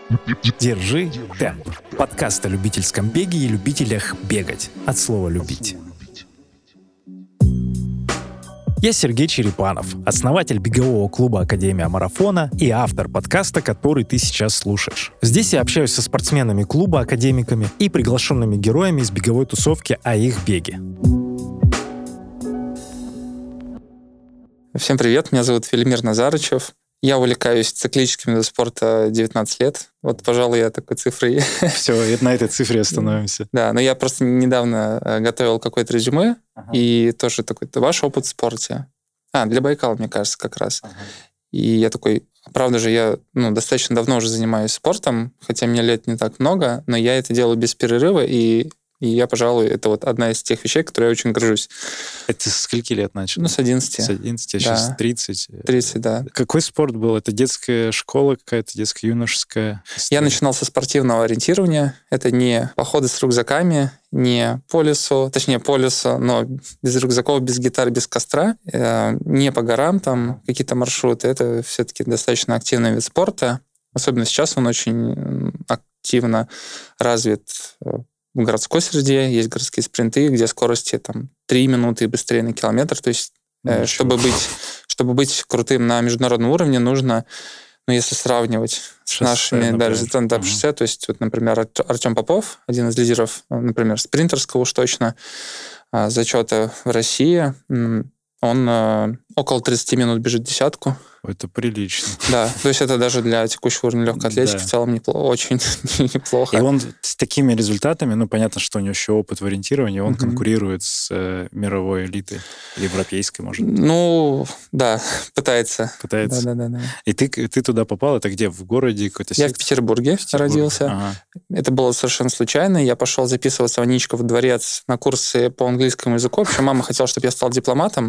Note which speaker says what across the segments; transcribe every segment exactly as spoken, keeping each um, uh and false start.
Speaker 1: Держи темп. Подкаст о любительском беге и любителях бегать. От слова «любить». Я Сергей Черепанов, основатель бегового клуба «Академия марафона» и автор подкаста, который ты сейчас слушаешь. Здесь я общаюсь со спортсменами клуба, академиками и приглашенными героями из беговой тусовки о их беге.
Speaker 2: Всем привет, меня зовут Велимир Назарычев. Я увлекаюсь циклическим видом спорта девятнадцать лет. Вот, пожалуй, я такой цифрой.
Speaker 1: Все, на этой цифре остановимся.
Speaker 2: Да, но я просто недавно готовил какое-то резюме, ага. и тоже такой, ваш опыт в спорте. А, для Байкала, мне кажется, как раз. Ага. И я такой, правда же, я ну, достаточно давно уже занимаюсь спортом, хотя мне лет не так много, но я это делаю без перерыва, и И я, пожалуй, это вот одна из тех вещей, которые я очень горжусь.
Speaker 1: Это с скольки лет начал?
Speaker 2: Ну, с одиннадцати.
Speaker 1: С одиннадцати, а
Speaker 2: да.
Speaker 1: сейчас тридцать.
Speaker 2: тридцать, да.
Speaker 1: Какой спорт был? Это детская школа какая-то, детско-юношеская?
Speaker 2: Я начинал со спортивного ориентирования. Это не походы с рюкзаками, не по лесу, точнее, по лесу, но без рюкзаков, без гитар, без костра, не по горам, там какие-то маршруты. Это все-таки достаточно активный вид спорта. Особенно сейчас он очень активно развит в городской среде. Есть городские спринты, где скорости там три минуты и быстрее на километр. То есть, э, чтобы быть, чтобы быть крутым на международном уровне, нужно, ну, если сравнивать шоссе, с нашими да, результатами да, шоссе, то есть, вот, например, Артем Попов, один из лидеров, например, спринтерского уж точно зачета в России, он э, около тридцать минут бежит десятку.
Speaker 1: Это прилично.
Speaker 2: Да, то есть это даже для текущего уровня легкой атлетики да. в целом неплохо, очень неплохо.
Speaker 1: И он с такими результатами, ну, понятно, что у него еще опыт в ориентировании, он mm-hmm. конкурирует с э, мировой элитой, европейской, может быть.
Speaker 2: Ну, да, пытается.
Speaker 1: Пытается.
Speaker 2: Да, да, да, да.
Speaker 1: И ты, ты туда попал, это где, в городе какой-то?
Speaker 2: Я в Петербурге, в Петербурге. родился. Ага. Это было совершенно случайно. Я пошел записываться в Аничков дворец на курсы по английскому языку. Вообще мама хотела, чтобы я стал дипломатом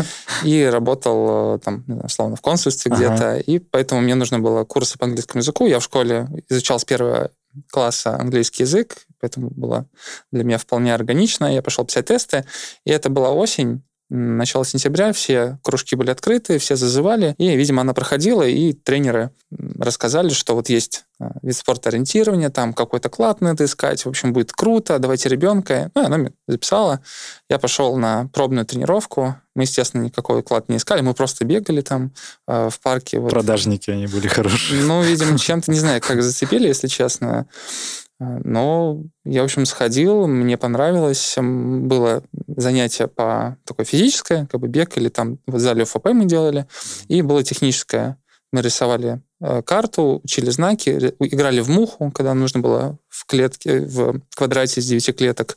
Speaker 2: и работал там, условно, в консульстве где-то, ага. и поэтому мне нужно было курсы по английскому языку. Я в школе изучал с первого класса английский язык, поэтому было для меня вполне органично. Я пошел писать тесты, и это была осень, начало сентября, все кружки были открыты, все зазывали, и, видимо, она проходила, и тренеры рассказали, что вот есть вид спорта ориентирования, там какой-то клад надо искать, в общем, будет круто, давайте ребенка. Ну, она меня записала. Я пошел на пробную тренировку. Мы, естественно, никакой клад не искали, мы просто бегали там э, в парке. Вот.
Speaker 1: Продажники они были хорошие.
Speaker 2: Ну, видимо, чем-то, не знаю, как зацепили, если честно. Но я, в общем, сходил, мне понравилось. Было занятие по такой физическое, как бы бег, или там в зале ОФП мы делали, и было техническое. Мы рисовали карту, учили знаки, играли в муху, когда нужно было в клетке, в квадрате из девяти клеток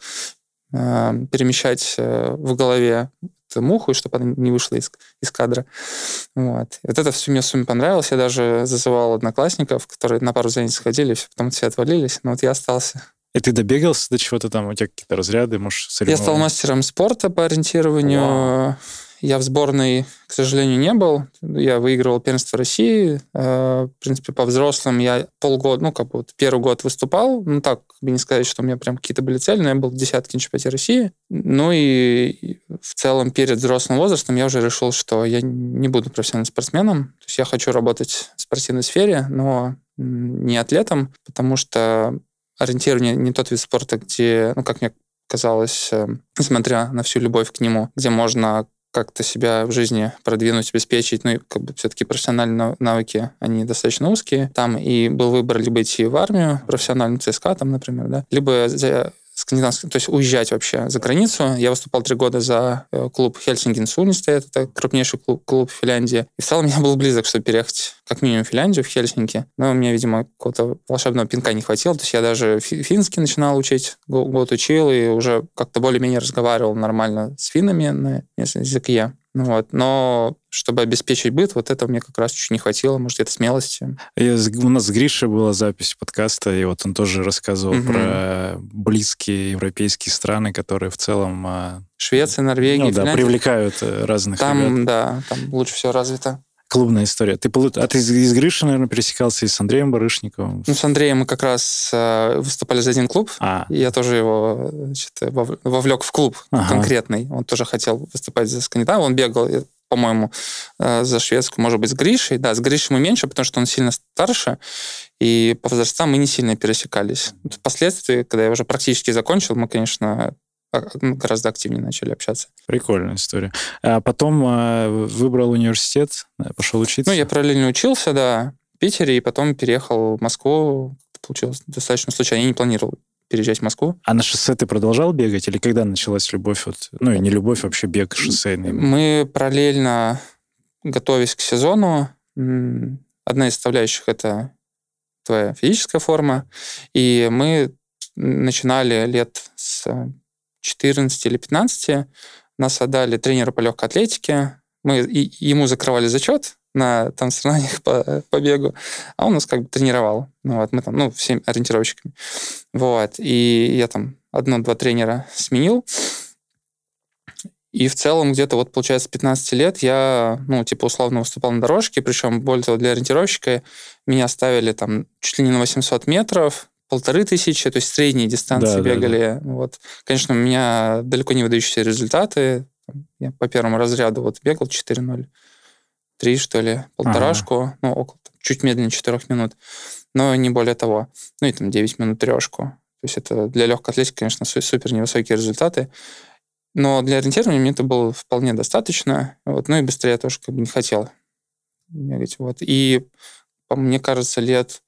Speaker 2: перемещать в голове эту муху, и чтобы она не вышла из, из кадра. Вот. И вот это все мне в сумме понравилось. Я даже зазывал одноклассников, которые на пару занятий сходили, все, потом все отвалились, но вот я остался.
Speaker 1: И ты добегался до чего-то там? У тебя какие-то разряды, может, соревнования?
Speaker 2: Я стал мастером спорта по ориентированию. Wow. Я в сборной, к сожалению, не был. Я выигрывал первенство России. В принципе, по взрослым я полгода, ну, как бы вот первый год выступал. Ну, так, бы не сказать, что у меня прям какие-то были цели, но я был в десятке на чемпионате России. Ну, и в целом перед взрослым возрастом я уже решил, что я не буду профессиональным спортсменом. То есть я хочу работать в спортивной сфере, но не атлетом, потому что ориентирование не тот вид спорта, где, ну, как мне казалось, несмотря на всю любовь к нему, где можно как-то себя в жизни продвинуть, обеспечить, ну и как бы все-таки профессиональные навыки, они достаточно узкие. Там и был выбор либо идти в армию, профессиональную ЦСКА там, например, да, либо за скандинавский, то есть уезжать вообще за границу. Я выступал три года за клуб Хельсингенс Университет, это крупнейший клуб, клуб в Финляндии. И в целом я был близок, чтобы переехать как минимум в Финляндию, в Хельсинки. Но мне, видимо, какого-то волшебного пинка не хватило. То есть я даже финский начинал учить, год учил, и уже как-то более-менее разговаривал нормально с финнами на языке. Ну вот. Но чтобы обеспечить быт, вот этого мне как раз чуть не хватило, может, это смелости.
Speaker 1: Я, у нас с Гришей была запись подкаста, и вот он тоже рассказывал mm-hmm. про близкие европейские страны, которые в целом...
Speaker 2: Швеция, Норвегия,
Speaker 1: ну, да,
Speaker 2: Финляндия.
Speaker 1: привлекают разных
Speaker 2: там,
Speaker 1: ребят.
Speaker 2: Да, там лучше всего развито.
Speaker 1: Клубная история. Ты, а ты из Гриши, наверное, пересекался и с Андреем Барышниковым?
Speaker 2: Ну, с Андреем мы как раз э, выступали за один клуб,
Speaker 1: а.
Speaker 2: и я тоже его значит, вовлек в клуб ага. конкретный. Он тоже хотел выступать за Скандинавию. Он бегал, по-моему, за шведскую, может быть, с Гришей. Да, с Гришей мы меньше, потому что он сильно старше, и по возрастам мы не сильно пересекались. Впоследствии, когда я уже практически закончил, мы, конечно, гораздо активнее начали общаться.
Speaker 1: Прикольная история. А потом выбрал университет, пошел учиться?
Speaker 2: Ну, я параллельно учился, да, в Питере, и потом переехал в Москву. Получилось достаточно случайно. Я не планировал переезжать в Москву.
Speaker 1: А на шоссе ты продолжал бегать? Или когда началась любовь? Вот, ну, и не любовь, вообще бег шоссейный.
Speaker 2: Мы параллельно, готовясь к сезону, одна из составляющих — это твоя физическая форма, и мы начинали лет с четырнадцати или пятнадцати, нас отдали тренеру по легкой атлетике, мы и, ему закрывали зачет на там соревнованиях по, по бегу, а он нас как бы тренировал. Ну, вот, мы там, ну, всеми ориентировщиками. Вот. И я там одно-два тренера сменил. И в целом где-то вот, получается, с пятнадцати лет я, ну, типа, условно выступал на дорожке, причем, более того, для ориентировщика меня ставили там чуть ли не на восемьсот метров, полторы тысячи, то есть средние дистанции да, бегали. Да, да. Вот. Конечно, у меня далеко не выдающиеся результаты. Я по первому разряду вот бегал четыре ноль три, что ли, полторашку, ага. ну, около, чуть медленнее четырех минут, но не более того. Ну, и там девять минут трешку. То есть это для легкой атлетики, конечно, супер невысокие результаты. Но для ориентирования мне это было вполне достаточно. Вот. Ну и быстрее я тоже как бы не хотел бегать. Вот. И, мне кажется, лет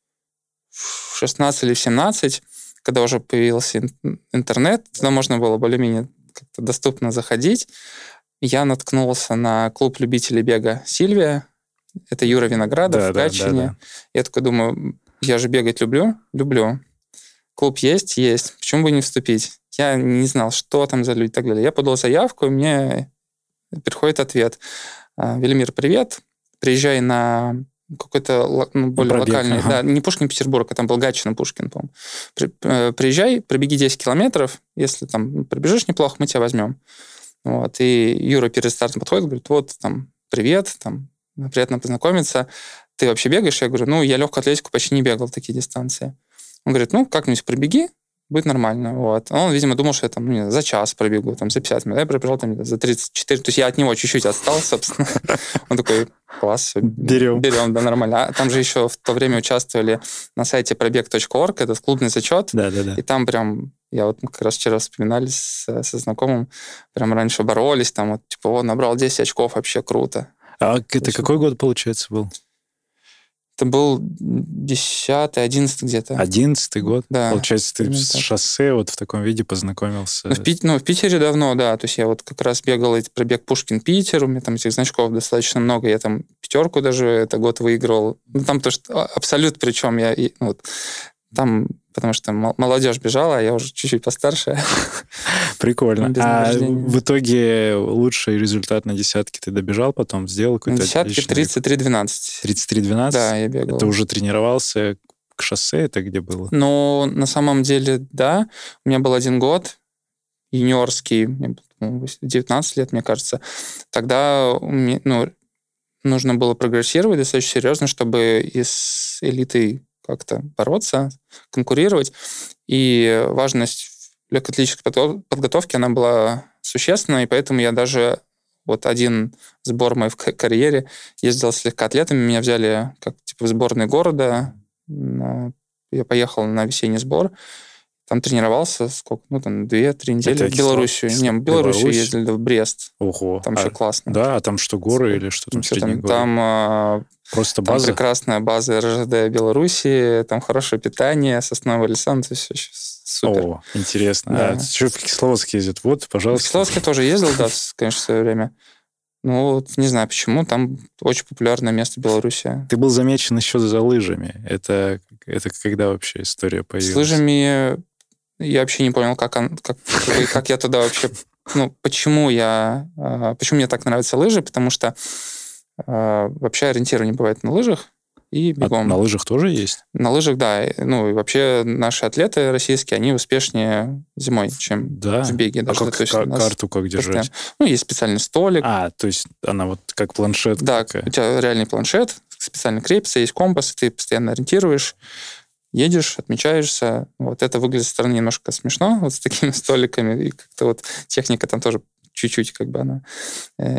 Speaker 2: в шестнадцать или в семнадцать, когда уже появился интернет, тогда можно было более-менее как-то доступно заходить, я наткнулся на клуб любителей бега «Сильвия». Это Юра Виноградов да, в Гатчине. Да, да, да. Я такой думаю, я же бегать люблю? Люблю. Клуб есть? Есть. Почему бы не вступить? Я не знал, что там за люди и так далее. Я подал заявку, и мне приходит ответ. Велимир, привет. Приезжай на какой-то ну, более Пробег, локальный. Ага. Да, не Пушкин-Петербург, а там был Гатчина-Пушкин, по-моему. При, приезжай, пробеги десять километров. Если там пробежишь неплохо, мы тебя возьмем. Вот. И Юра перед стартом подходит, говорит, вот, там, привет, там, приятно познакомиться. Ты вообще бегаешь? Я говорю, ну, я легкую атлетику почти не бегал, такие дистанции. Он говорит, ну, как-нибудь пробеги, будет нормально. Вот. Он, видимо, думал, что я там ну, за час пробегу, там, за пятьдесят минут. Я пробежал там за тридцать четыре. То есть я от него чуть-чуть отстал, собственно. Он такой, класс, берем. Берем, да, нормально. А там же еще в то время участвовали на сайте пробег точка орг, этот клубный зачет.
Speaker 1: Да, да, да.
Speaker 2: И там прям, я вот как раз вчера вспоминали со, со знакомым, прям раньше боролись, там вот, типа, вот, набрал десять очков, вообще круто.
Speaker 1: А это очень... какой год, получается, был?
Speaker 2: Это был десятый, одиннадцатый где-то.
Speaker 1: Одиннадцатый год?
Speaker 2: Да.
Speaker 1: Получается, ты с шоссе вот в таком виде познакомился?
Speaker 2: Ну в, Пит... ну, в Питере давно, да. То есть я вот как раз бегал эти пробег Пушкин-Питер, у меня там этих значков достаточно много. Я там пятерку даже это год выигрывал. Ну, там то, что абсолют, причем я... Ну, вот, там, потому что молодежь бежала, а я уже чуть-чуть постарше.
Speaker 1: Прикольно. А в итоге лучший результат на десятке ты добежал потом? Сделал какой-то
Speaker 2: на десятке тридцать три двенадцать.
Speaker 1: тридцать три двенадцать?
Speaker 2: Да, я бегал.
Speaker 1: Это уже тренировался к шоссе? Это где было?
Speaker 2: Ну, на самом деле, да. У меня был один год юниорский, мне было девятнадцать лет, мне кажется. Тогда мне, ну, нужно было прогрессировать достаточно серьезно, чтобы и с элитой как-то бороться, конкурировать. И важность легкоатлетической подготовки, она была существенна, и поэтому я даже вот один сбор мой в карьере ездил с легкоатлетами, меня взяли как типа в сборной города, я поехал на весенний сбор, там тренировался сколько, ну там две-три недели в Белоруссию. Не, в Белоруссию ездили, в Брест.
Speaker 1: Ого.
Speaker 2: Там а, еще классно.
Speaker 1: Да, а там что, горы или что там среди
Speaker 2: там,
Speaker 1: гор?
Speaker 2: Там,
Speaker 1: Просто
Speaker 2: там
Speaker 1: база?
Speaker 2: прекрасная база эр жэ дэ Белоруссии, там хорошее питание, сосновый лес, то есть супер.
Speaker 1: О, интересно.
Speaker 2: Да.
Speaker 1: А что в Кисловодск ездят? Вот, пожалуйста.
Speaker 2: В Кисловодск я тоже ездил, да, конечно, в свое время. Ну, вот, не знаю почему, там очень популярное место Белоруссия.
Speaker 1: Ты был замечен еще за лыжами. Это, это когда вообще история появилась?
Speaker 2: С лыжами я вообще не понял, как, он, как, как я туда вообще... Ну, почему я... Почему мне так нравятся лыжи? Потому что вообще ориентирование бывает на лыжах и бегом.
Speaker 1: А на лыжах тоже есть?
Speaker 2: На лыжах, да. Ну, и вообще наши атлеты российские, они успешнее зимой, чем
Speaker 1: да?
Speaker 2: в беге.
Speaker 1: Даже. А как,
Speaker 2: то
Speaker 1: есть карту как держать?
Speaker 2: Постоянно. Ну, есть специальный столик.
Speaker 1: А, то есть она вот как планшет?
Speaker 2: Да,
Speaker 1: такая.
Speaker 2: У тебя реальный планшет, специально крепится, есть компас, ты постоянно ориентируешь. Едешь, отмечаешься. Вот это выглядит со стороны немножко смешно, вот с такими столиками. И как-то вот техника там тоже чуть-чуть как бы она э,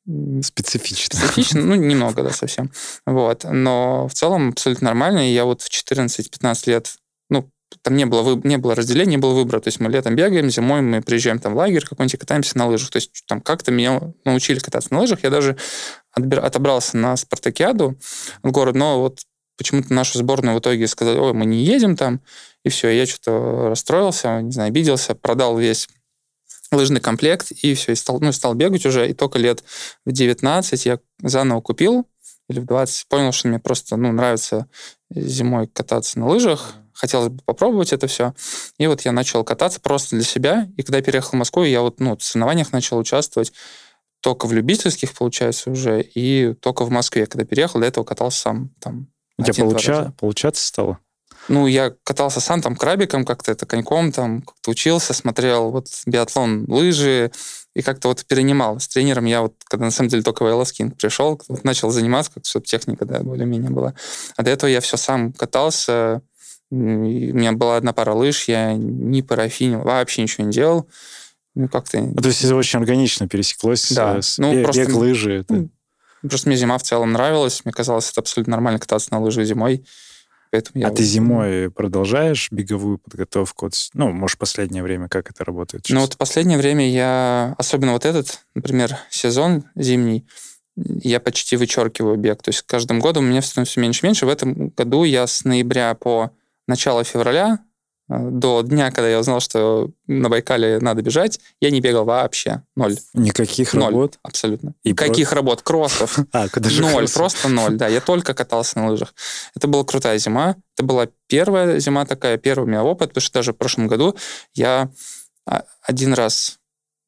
Speaker 1: Специфично.
Speaker 2: Специфично, ну, немного, да, совсем. Вот. Но в целом абсолютно нормально. И я вот в четырнадцать-пятнадцать лет, ну, там не было, вы... не было разделения, не было выбора. То есть мы летом бегаем, зимой мы приезжаем там в лагерь какой-нибудь и катаемся на лыжах. То есть там как-то меня научили кататься на лыжах. Я даже отбир... отобрался на спартакиаду в город, но вот почему-то нашу сборную в итоге сказали, ой, мы не едем там, и все. Я что-то расстроился, не знаю, обиделся, продал весь лыжный комплект, и все, и стал, ну, стал бегать уже, и только лет в девятнадцать я заново купил, или в двадцать, понял, что мне просто, ну, нравится зимой кататься на лыжах, хотелось бы попробовать это все, и вот я начал кататься просто для себя, и когда переехал в Москву, я вот, ну, в соревнованиях начал участвовать только в любительских, получается, уже, и только в Москве, когда переехал, до этого катался сам, там,
Speaker 1: У тебя получа... получаться стало?
Speaker 2: Ну, я катался сам там крабиком как-то, это коньком, там как-то учился, смотрел вот биатлон, лыжи, и как-то вот перенимал. С тренером я вот, когда на самом деле только в Айлас Кинг пришел, вот начал заниматься, как чтобы техника, да, более-менее была. А до этого я все сам катался, и у меня была одна пара лыж, я не парафинил, вообще ничего не делал. Ну, как-то...
Speaker 1: А, то есть это очень органично пересеклось,
Speaker 2: да.
Speaker 1: с
Speaker 2: ну,
Speaker 1: бег,
Speaker 2: просто...
Speaker 1: бег, лыжи. Это...
Speaker 2: Просто мне зима в целом нравилась, мне казалось, это абсолютно нормально кататься на лыжах зимой. Поэтому я...
Speaker 1: А ты зимой продолжаешь беговую подготовку? Ну, может, последнее время как это работает сейчас?
Speaker 2: Ну, вот в последнее время я, особенно вот этот, например, сезон зимний, я почти вычеркиваю бег. То есть каждым годом у меня становится все меньше и меньше. В этом году я с ноября по начало февраля до дня, когда я узнал, что на Байкале надо бежать, я не бегал вообще. Ноль.
Speaker 1: Никаких
Speaker 2: ноль,
Speaker 1: работ?
Speaker 2: Абсолютно.
Speaker 1: И
Speaker 2: Никаких
Speaker 1: про...
Speaker 2: работ, кроссов.
Speaker 1: А, куда же
Speaker 2: Ноль,
Speaker 1: кроссы?
Speaker 2: просто ноль, да. Я только катался на лыжах. Это была крутая зима. Это была первая зима такая, первый у меня опыт, потому что даже в прошлом году я один раз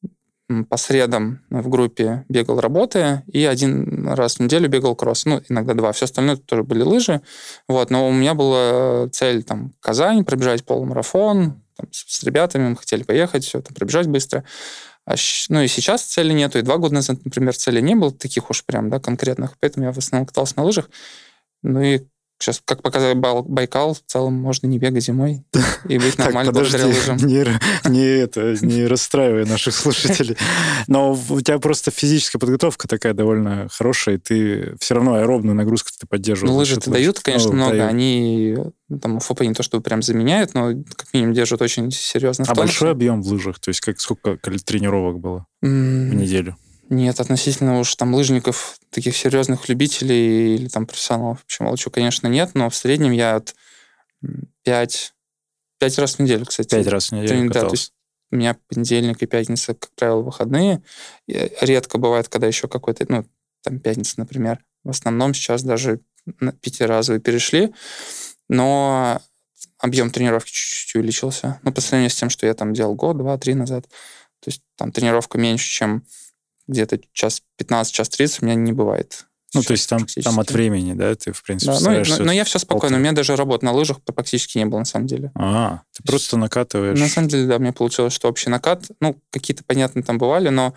Speaker 2: по средам в группе бегал работы, и один раз в неделю бегал кросс. Ну, иногда два. Все остальное тоже были лыжи. Вот. Но у меня была цель там Казань, пробежать полумарафон. Там, с ребятами мы хотели поехать, все, там, пробежать быстро. А, ну и сейчас цели нету. И два года назад, например, цели не было таких уж прям, да, конкретных. Поэтому я в основном катался на лыжах. Ну и сейчас, как показал Байкал, в целом можно не бегать зимой и быть нормально благодаря лыжам.
Speaker 1: Не, не, это, не расстраивай наших слушателей. Но у тебя просто физическая подготовка такая довольно хорошая, и ты все равно аэробную нагрузку ты поддерживаешь.
Speaker 2: Ну, лыжи-то дают, конечно, много. Дают. Они там УФП не то чтобы прям заменяют, но как минимум держат очень серьезно.
Speaker 1: А большой объем в лыжах? То есть как, сколько тренировок было mm. в неделю?
Speaker 2: Нет, относительно уж там лыжников, таких серьезных любителей или там профессионалов, вообще молчу, конечно, нет, но в среднем я от пять, пять раз в неделю, кстати.
Speaker 1: Пять раз в неделю
Speaker 2: Да, то есть у меня понедельник и пятница, как правило, выходные. И редко бывает, когда еще какой-то, ну, там пятница, например. В основном сейчас даже на пятиразовые перешли, но объем тренировки чуть-чуть увеличился. Ну, по сравнению с тем, что я там делал год, два, три назад. То есть там тренировка меньше, чем где-то час пятнадцать, час тридцать у меня не бывает.
Speaker 1: Ну, то есть там, там от времени, да, ты, в принципе,
Speaker 2: да,
Speaker 1: стараешься...
Speaker 2: Ну, но, но я все спокойно. У меня даже работы на лыжах практически не было, на самом деле.
Speaker 1: А, ты просто накатываешь...
Speaker 2: На самом деле, да, мне получилось, что общий накат, ну, какие-то, понятно, там бывали, но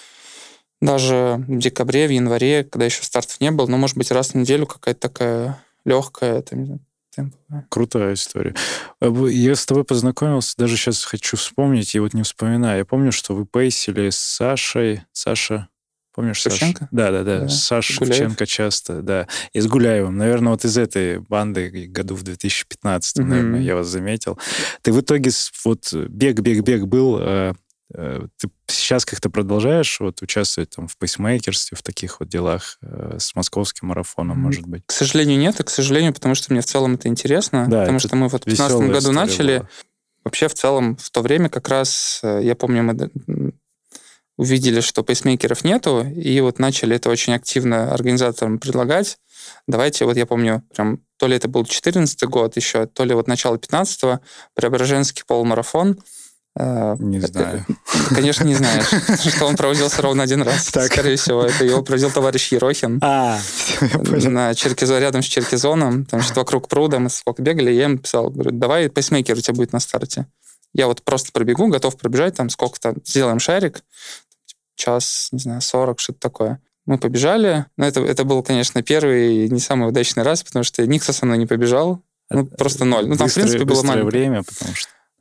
Speaker 2: даже в декабре, в январе, когда еще стартов не было, ну, может быть, раз в неделю какая-то такая легкая, там, темповая.
Speaker 1: Крутая история. Я с тобой познакомился, даже сейчас хочу вспомнить, и вот не вспоминаю. Я помню, что вы пейсили с Сашей. Саша... Помнишь
Speaker 2: Шевченко?
Speaker 1: Саша? Да, да, да. да. Саша Шевченко часто, да. И с Гуляевым. Наверное, вот из этой банды году в две тысячи пятнадцатом, mm-hmm. наверное, я вас заметил. Ты в итоге вот бег-бег-бег был... Э, э, ты сейчас как-то продолжаешь вот участвовать там в пейсмейкерстве, в таких вот делах э, с московским марафоном, mm-hmm. может быть?
Speaker 2: К сожалению, нет. И, к сожалению, потому что мне в целом это интересно.
Speaker 1: Да,
Speaker 2: потому
Speaker 1: это
Speaker 2: что мы вот в две тысячи пятнадцатом году начали. Была. Вообще, в целом, в то время как раз, я помню, мы... увидели, что пейсмейкеров нету, и вот начали это очень активно организаторам предлагать. Давайте, вот я помню, прям то ли это был четырнадцатый год еще, то ли вот начало пятнадцатого, Преображенский полумарафон.
Speaker 1: Не
Speaker 2: это,
Speaker 1: знаю.
Speaker 2: Конечно, не знаешь, что он проводился ровно один раз. Так. Скорее всего, это его проводил товарищ Ерохин.
Speaker 1: А,
Speaker 2: на Черкизо, рядом с Черкизоном, там что-то вокруг пруда, мы сколько бегали, я им писал, говорю, давай пейсмейкер у тебя будет на старте. Я вот просто пробегу, готов пробежать, там сколько-то, сделаем шарик, час, не знаю, сорок, что-то такое. Мы побежали. Но это, это был, конечно, первый и не самый удачный раз, потому что никто со мной не побежал. Ну, просто ноль. Ну, там,
Speaker 1: быстрое,
Speaker 2: в принципе, было маленькое
Speaker 1: время, потому что...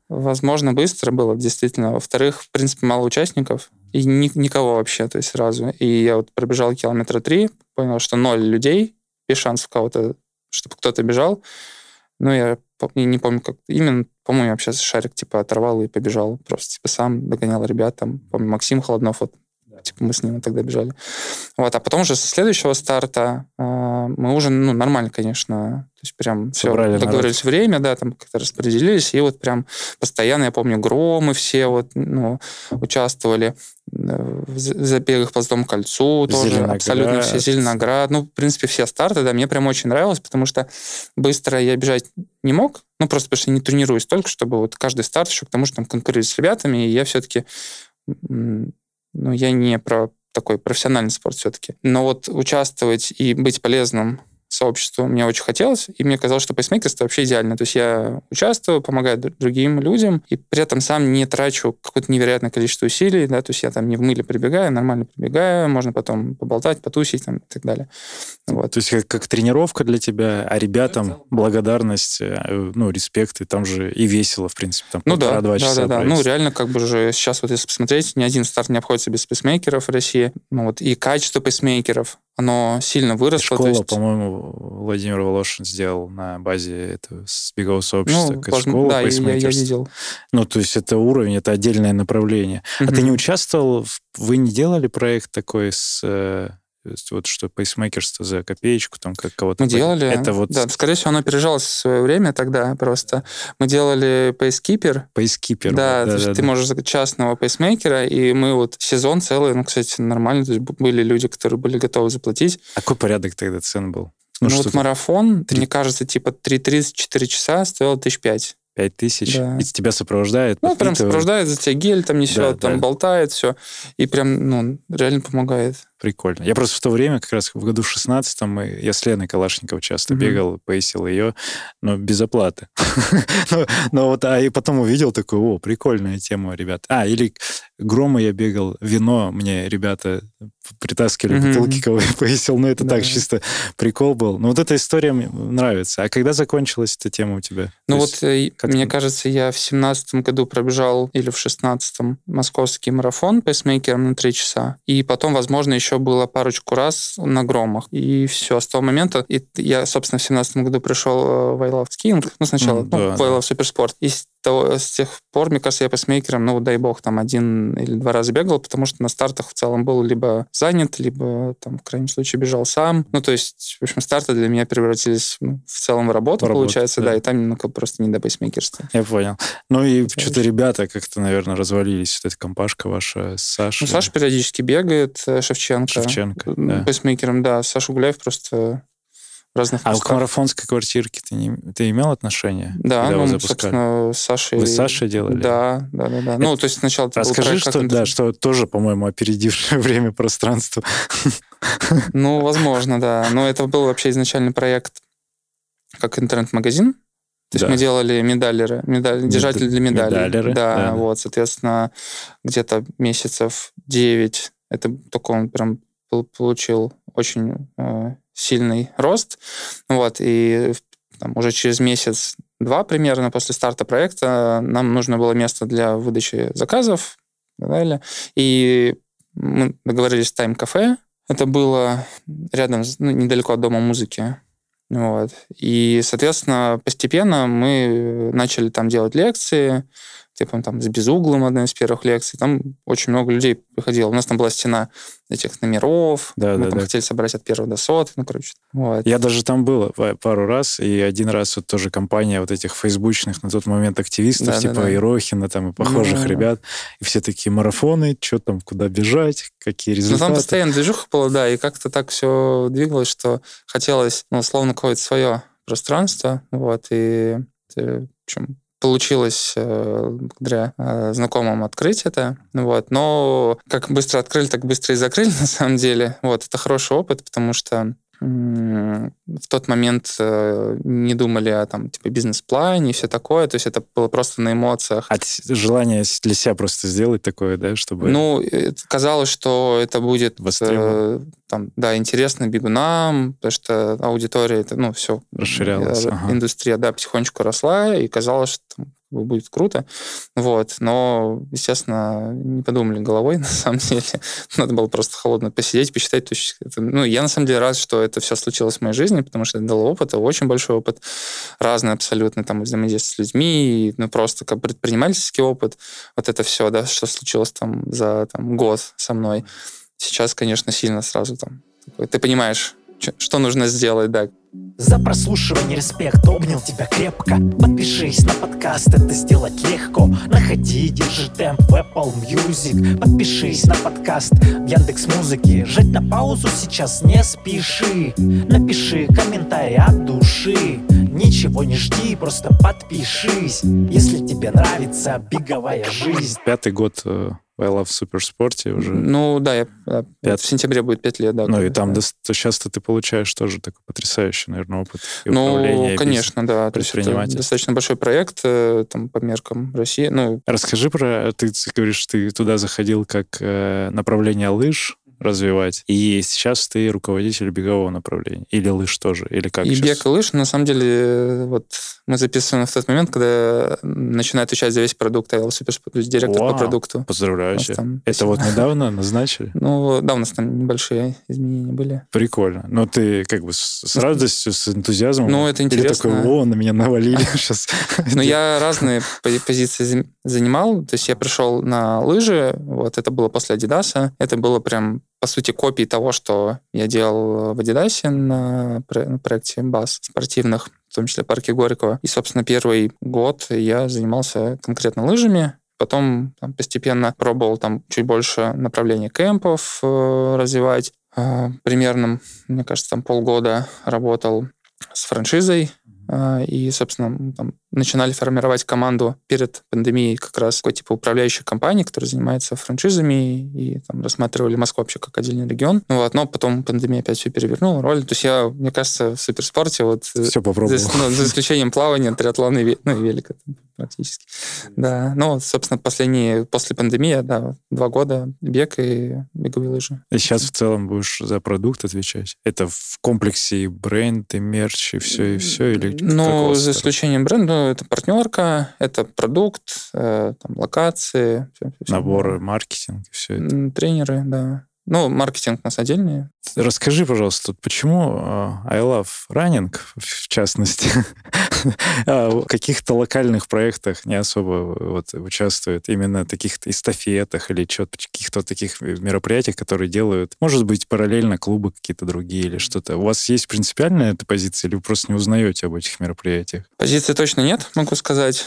Speaker 2: возможно, быстро было, действительно. Во-вторых, в принципе, мало участников. И ни, никого вообще, то есть сразу. И я вот пробежал километра три, понял, что ноль людей, без шансов кого-то, чтобы кто-то бежал. Ну, я не помню, как именно. По-моему, я вообще шарик типа оторвал и побежал. Просто типа сам догонял ребят. Там, помню, Максим Холоднов, вот, типа мы с ним тогда бежали. Вот. А потом уже со следующего старта э, мы уже, ну, нормально, конечно, то есть прям все, договорились время, да, там как-то распределились, и вот прям постоянно, я помню, Громы все вот, ну, участвовали в забегах по Золотому кольцу, тоже
Speaker 1: Зеленоград.
Speaker 2: Абсолютно все, Зеленоград. Ну, в принципе, все старты, да, мне прям очень нравилось, потому что быстро я бежать не мог, ну, просто потому что не тренируюсь только, чтобы вот каждый старт еще к тому, что там конкурировать с ребятами, и я все-таки... Ну, я не про такой профессиональный спорт все-таки. Но вот участвовать и быть полезным сообществу мне очень хотелось, и мне казалось, что пейсмейкерство вообще идеально. То есть я участвую, помогаю другим людям, и при этом сам не трачу какое-то невероятное количество усилий, да, то есть я там не в мыле прибегаю, нормально прибегаю, можно потом поболтать, потусить там, и так далее. Вот.
Speaker 1: То есть как, как тренировка для тебя, а ребятам благодарность, ну, респект, и там же и весело, в принципе, там
Speaker 2: ну да,
Speaker 1: полтора-два
Speaker 2: да,
Speaker 1: часа.
Speaker 2: Да, да,
Speaker 1: провести.
Speaker 2: Ну, реально, как бы же сейчас вот если посмотреть, ни один старт не обходится без пейсмейкеров в России. Ну, вот, и качество пейсмейкеров, оно сильно выросло.
Speaker 1: Школа,
Speaker 2: есть...
Speaker 1: по-моему, Владимир Волошин сделал на базе этого бегового сообщества.
Speaker 2: Ну,
Speaker 1: как школа
Speaker 2: да, я, я
Speaker 1: пейсмейкерства.
Speaker 2: видел.
Speaker 1: Ну, то есть это уровень, это отдельное направление. Mm-hmm. А ты не участвовал, в... вы не делали проект такой с... Вот что пейсмейкерство за копеечку, там как кого-то...
Speaker 2: Мы делали,
Speaker 1: это вот...
Speaker 2: да, скорее всего, оно пережалось в свое время тогда просто. Мы делали пейскипер.
Speaker 1: Пейскипер.
Speaker 2: Да,
Speaker 1: вот,
Speaker 2: то
Speaker 1: да,
Speaker 2: есть
Speaker 1: да,
Speaker 2: ты
Speaker 1: да.
Speaker 2: можешь заказать частного пейсмейкера, и мы вот сезон целый, ну, кстати, нормально, то есть были люди, которые были готовы заплатить.
Speaker 1: А какой порядок тогда цен был?
Speaker 2: Ну, ну вот марафон, три... мне кажется, типа три тридцать четыре часа стоил тысяч пять.
Speaker 1: Пять тысяч?
Speaker 2: Да.
Speaker 1: И тебя сопровождает?
Speaker 2: Ну, прям сопровождает, за тебя гель там несет, да, там да. болтает, все. И прям, ну, реально помогает.
Speaker 1: Прикольно. Я просто в то время, как раз в году шестнадцатом, мы, я с Леной Калашниковой часто mm-hmm. бегал, пейсил ее, но без оплаты. но, но вот, а и потом увидел такой, о, прикольная тема, ребята. А, или Грома я бегал, вино мне ребята притаскивали mm-hmm. бутылки, кого я пейсил, но это да. так, чисто прикол был. Но вот эта история мне нравится. А когда закончилась эта тема у тебя?
Speaker 2: Ну То вот, есть, мне кажется, я в семнадцатом году пробежал, или в шестнадцатом, московский марафон пейсмейкером на три часа. И потом, возможно, еще было парочку раз на Громах. И все, с того момента... И я, собственно, в семнадцатом году пришел в I Love Skiing, ну, сначала, mm, ну, да, в I Love Суперспорт. И с, того, с тех пор, мне кажется, я пейсмейкером, ну, дай бог, там один или два раза бегал, потому что на стартах в целом был либо занят, либо, там, в крайнем случае, бежал сам. Ну, то есть, в общем, старты для меня превратились ну, в целом в работу, в получается, да. да, и там немного просто не до пейсмейкерства.
Speaker 1: Я понял. Ну, и это что-то ребята как-то, наверное, развалились. Вот эта компашка ваша с Сашей.
Speaker 2: Ну, Саша периодически бегает, Шевченко.
Speaker 1: Шевченко, да.
Speaker 2: Пейсмейкером, да. Саша Гуляев просто в разных
Speaker 1: А
Speaker 2: местах.
Speaker 1: к марафонской квартирке ты, не, ты имел отношение?
Speaker 2: Да, ну, собственно, с Сашей...
Speaker 1: Вы с Сашей делали?
Speaker 2: Да, да, да. да. Это... Ну, то есть сначала... Это
Speaker 1: Расскажи, что, как... да, что тоже, по-моему, опередившее время пространство.
Speaker 2: Ну, возможно, да. Но это был вообще изначальный проект как интернет-магазин. То есть да. мы делали медалеры, медаль, Мед... держатели для медалей.
Speaker 1: Медалеры,
Speaker 2: да,
Speaker 1: да,
Speaker 2: вот, соответственно, где-то месяцев девять. Это только он прям получил очень э, сильный рост. Вот, и там, уже через месяц-два примерно после старта проекта нам нужно было место для выдачи заказов и так далее. И мы договорились с Тайм-кафе. Это было рядом, ну, недалеко от Дома музыки. Вот. И, соответственно, постепенно мы начали там делать лекции, типа там с Безуглым одна из первых лекций. Там очень много людей приходило. У нас там была стена этих номеров.
Speaker 1: Да,
Speaker 2: мы
Speaker 1: да,
Speaker 2: там
Speaker 1: да.
Speaker 2: хотели собрать от первого до сотого. Ну, короче. Вот.
Speaker 1: Я даже там был пару раз, и один раз вот тоже компания вот этих фейсбучных на тот момент активистов, да, типа да, да. Ерохина там и похожих ну, ребят, и все такие марафоны, что там, куда бежать, какие результаты.
Speaker 2: Ну, там постоянно движуха была, да, и как-то так все двигалось, что хотелось, ну, условно, какое-то свое пространство. Вот, и, в общем, получилось э, благодаря э, знакомым открыть это. Вот. Но как быстро открыли, так быстро и закрыли, на самом деле. Вот. Это хороший опыт, потому что м- в тот момент э, не думали о там, типа, бизнес-плане и все такое. То есть это было просто на эмоциях.
Speaker 1: От желания для себя просто сделать такое, да, чтобы...
Speaker 2: Ну, казалось, что это будет э, там, да, интересно бегунам, потому что аудитория, это, ну, все.
Speaker 1: Расширялась.
Speaker 2: Ага. Индустрия, да, потихонечку росла, и казалось, что там, будет круто. Вот. Но, естественно, не подумали головой, на самом деле. Надо было просто холодно посидеть, посчитать. То есть, это, ну, я, на самом деле, рад, что это все случилось в моей жизни, потому что это дало опыт, очень большой опыт, разный абсолютно, там, взаимодействие с людьми, ну, просто как предпринимательский опыт. Вот это все, да, что случилось там за там, год со мной. Сейчас, конечно, сильно сразу там. Ты понимаешь, что нужно сделать, да.
Speaker 1: За прослушивание респект, обнял тебя крепко. Подпишись на подкаст, это сделать легко. Находи, держи темп в Apple Music. Подпишись на подкаст в Яндекс.Музыке. Жать на паузу сейчас не спеши. Напиши комментарий от души. Ничего не жди, просто подпишись. Если тебе нравится беговая жизнь. Пятый год I Love в суперспорте уже.
Speaker 2: Ну да, я, в сентябре будет пять лет. Да,
Speaker 1: ну и там да. Сейчас-то ты получаешь тоже такой потрясающий, наверное, опыт и управления.
Speaker 2: Ну, конечно, да.
Speaker 1: Предприниматель.
Speaker 2: Достаточно большой проект там, по меркам России. Ну,
Speaker 1: расскажи про... Ты говоришь, ты туда заходил как э, направление лыж развивать, и сейчас ты руководитель бегового направления. Или лыж тоже, или как
Speaker 2: и
Speaker 1: сейчас?
Speaker 2: Бег, и лыж, на самом деле, вот мы записываем в тот момент, когда начинает отвечать за весь продукт I Love Суперспорт, то есть директор
Speaker 1: Вау,
Speaker 2: по продукту.
Speaker 1: Поздравляю тебя. Там... Это вот недавно назначили?
Speaker 2: Ну, да, у нас там небольшие изменения были.
Speaker 1: Прикольно. Но ты как бы с, с радостью, с энтузиазмом?
Speaker 2: Ну, это интересно.
Speaker 1: Или такой, о, на меня навалили сейчас.
Speaker 2: Ну, я разные позиции занимал. То есть я пришел на лыжи, вот это было после Адидаса. Это было прям по сути, копии того, что я делал в Адидасе на, на проекте баз спортивных, в том числе парке Горького. И, собственно, первый год я занимался конкретно лыжами. Потом там, постепенно пробовал там чуть больше направлений кемпов э, развивать. Э, примерно, мне кажется, там полгода работал с франшизой. Э, и, собственно, там, начинали формировать команду перед пандемией как раз такой типа управляющей компании, которая занимается франшизами, и там рассматривали Москву вообще как отдельный регион. Ну, вот, но потом пандемия опять все перевернула роль. То есть я, мне кажется, в суперспорте вот...
Speaker 1: Все попробовал.
Speaker 2: За, ну, за исключением плавания, триатлона и, ну, и велика практически. Да. Ну, собственно, последние, после пандемии, да, два года бег и беговые лыжи.
Speaker 1: И сейчас в целом будешь за продукт отвечать? Это в комплексе и бренд, и мерч, и все, и все? Или
Speaker 2: ну, за исключением бренда, это партнерка, это продукт, э, там, локации. Все, все,
Speaker 1: наборы,
Speaker 2: все.
Speaker 1: маркетинг, все это.
Speaker 2: Тренеры, да. Ну, маркетинг у нас отдельный.
Speaker 1: Расскажи, пожалуйста, почему I Love Running, в частности, в каких-то локальных проектах не особо вот участвует, именно таких-то эстафетах или что-то, каких-то таких мероприятиях, которые делают, может быть, параллельно клубы какие-то другие или что-то. У вас есть принципиальная эта позиция, или вы просто не узнаете об этих мероприятиях?
Speaker 2: Позиции точно нет, могу сказать.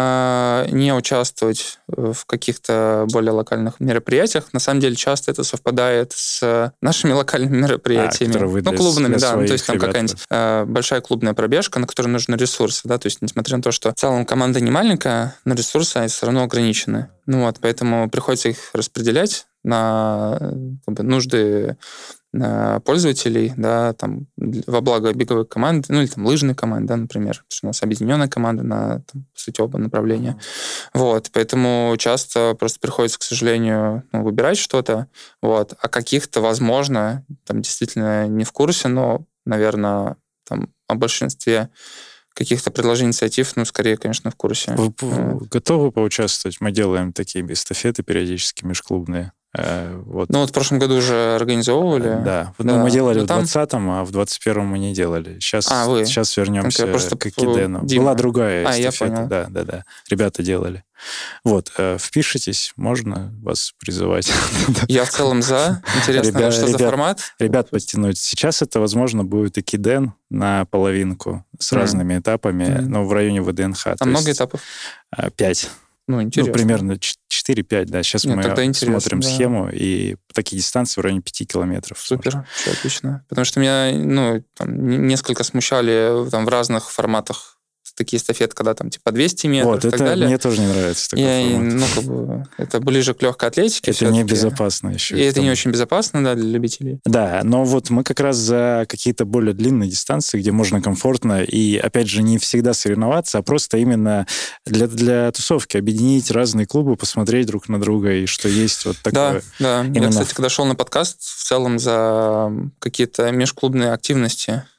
Speaker 2: Не участвовать в каких-то более локальных мероприятиях. На самом деле, часто это совпадает с нашими локальными мероприятиями.
Speaker 1: А,
Speaker 2: ну, клубными, да. Ну, то есть там какая-нибудь э, большая клубная пробежка, на которой нужны ресурсы, да, то есть несмотря на то, что в целом команда не маленькая, но ресурсы все равно ограничены. Ну вот, поэтому приходится их распределять на как бы, нужды пользователей, да, там, во благо беговой команды, ну, или там лыжной команды, да, например, потому что у нас объединенная команда на, там, по сути, оба направления. Вот, поэтому часто просто приходится, к сожалению, ну, выбирать что-то, вот, а каких-то, возможно, там, действительно не в курсе, но, наверное, там, о большинстве каких-то предложений, инициатив, ну, скорее, конечно, в курсе.
Speaker 1: Вы вот. Готовы поучаствовать? Мы делаем такие эстафеты периодически межклубные. Вот.
Speaker 2: Ну вот в прошлом году уже организовывали.
Speaker 1: Да, да. Ну, мы делали в двадцатом, а в двадцать первом мы не делали. Сейчас,
Speaker 2: а, вы?
Speaker 1: сейчас вернемся
Speaker 2: просто
Speaker 1: к Кидену.
Speaker 2: Дима.
Speaker 1: Была другая
Speaker 2: а,
Speaker 1: эстафета.
Speaker 2: Я понял.
Speaker 1: Да, да, да. Ребята делали. Вот, впишитесь, можно вас призывать.
Speaker 2: Я в целом за. Интересно, ребят, что ребят, за формат?
Speaker 1: Ребят подтянуть. Сейчас это, возможно, будет и Киден на половинку с mm. разными этапами, mm. но в районе ВДНХ.
Speaker 2: Там много есть этапов?
Speaker 1: Пять.
Speaker 2: Ну, интересно.
Speaker 1: Ну, примерно четыре-пять, да. Сейчас
Speaker 2: Нет,
Speaker 1: мы смотрим
Speaker 2: да.
Speaker 1: схему, и такие дистанции в районе пяти километров.
Speaker 2: Супер, все отлично. Потому что меня, ну, там, несколько смущали там, в разных форматах такие эстафеты, когда там типа двести метров
Speaker 1: вот,
Speaker 2: и так
Speaker 1: это
Speaker 2: далее.
Speaker 1: Мне тоже не нравится такой
Speaker 2: я,
Speaker 1: формат.
Speaker 2: Ну, как бы, это ближе к легкой атлетике.
Speaker 1: Это небезопасно еще.
Speaker 2: И это не очень безопасно, да, для любителей.
Speaker 1: Да, но вот мы как раз за какие-то более длинные дистанции, где можно комфортно и, опять же, не всегда соревноваться, а просто именно для, для тусовки объединить разные клубы, посмотреть друг на друга и что есть вот такое.
Speaker 2: Да, да.
Speaker 1: Именно...
Speaker 2: Я, кстати, когда шел на подкаст, в целом за какие-то межклубные активности.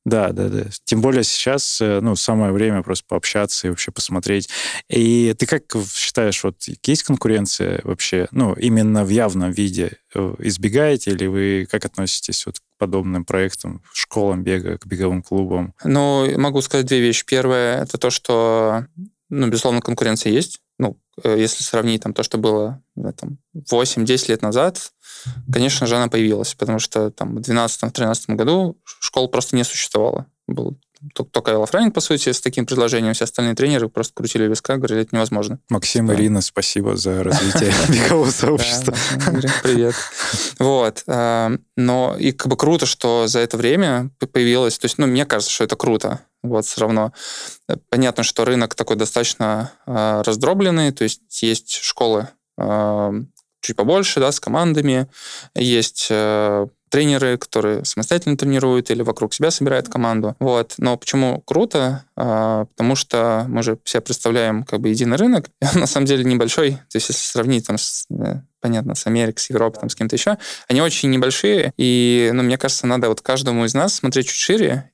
Speaker 1: Да, да, да. Тем более сейчас, ну, самое время просто пообщаться и вообще посмотреть. И ты как считаешь, вот есть конкуренция вообще, ну, именно в явном виде? Избегаете или вы как относитесь вот к подобным проектам, школам бега, к беговым клубам?
Speaker 2: Ну, могу сказать две вещи. Первое, это то, что, ну, безусловно, конкуренция есть. Ну, если сравнить там то, что было там, восемь-десять лет назад, конечно же, она появилась, потому что там в две тысячи двенадцатом - две тысячи тринадцатом году школ просто не существовало. Был только Элла Фрэнк, по сути, с таким предложением. Все остальные тренеры просто крутили виска, говорили, это невозможно.
Speaker 1: Максим, типа... Ирина, спасибо за развитие бегового сообщества.
Speaker 2: Привет. Вот. Но и как бы круто, что за это время появилось... То есть, ну, мне кажется, что это круто. Вот, все равно. Понятно, что рынок такой достаточно раздробленный, то есть есть школы чуть побольше, да, с командами, есть тренеры, которые самостоятельно тренируют или вокруг себя собирают команду. Вот. Но почему круто? А, потому что мы же все представляем как бы единый рынок. Он на самом деле небольшой. То есть если сравнить там с, понятно, с Америкой, с Европой, там, с кем-то еще, они очень небольшие. И, ну, мне кажется, надо вот каждому из нас смотреть чуть шире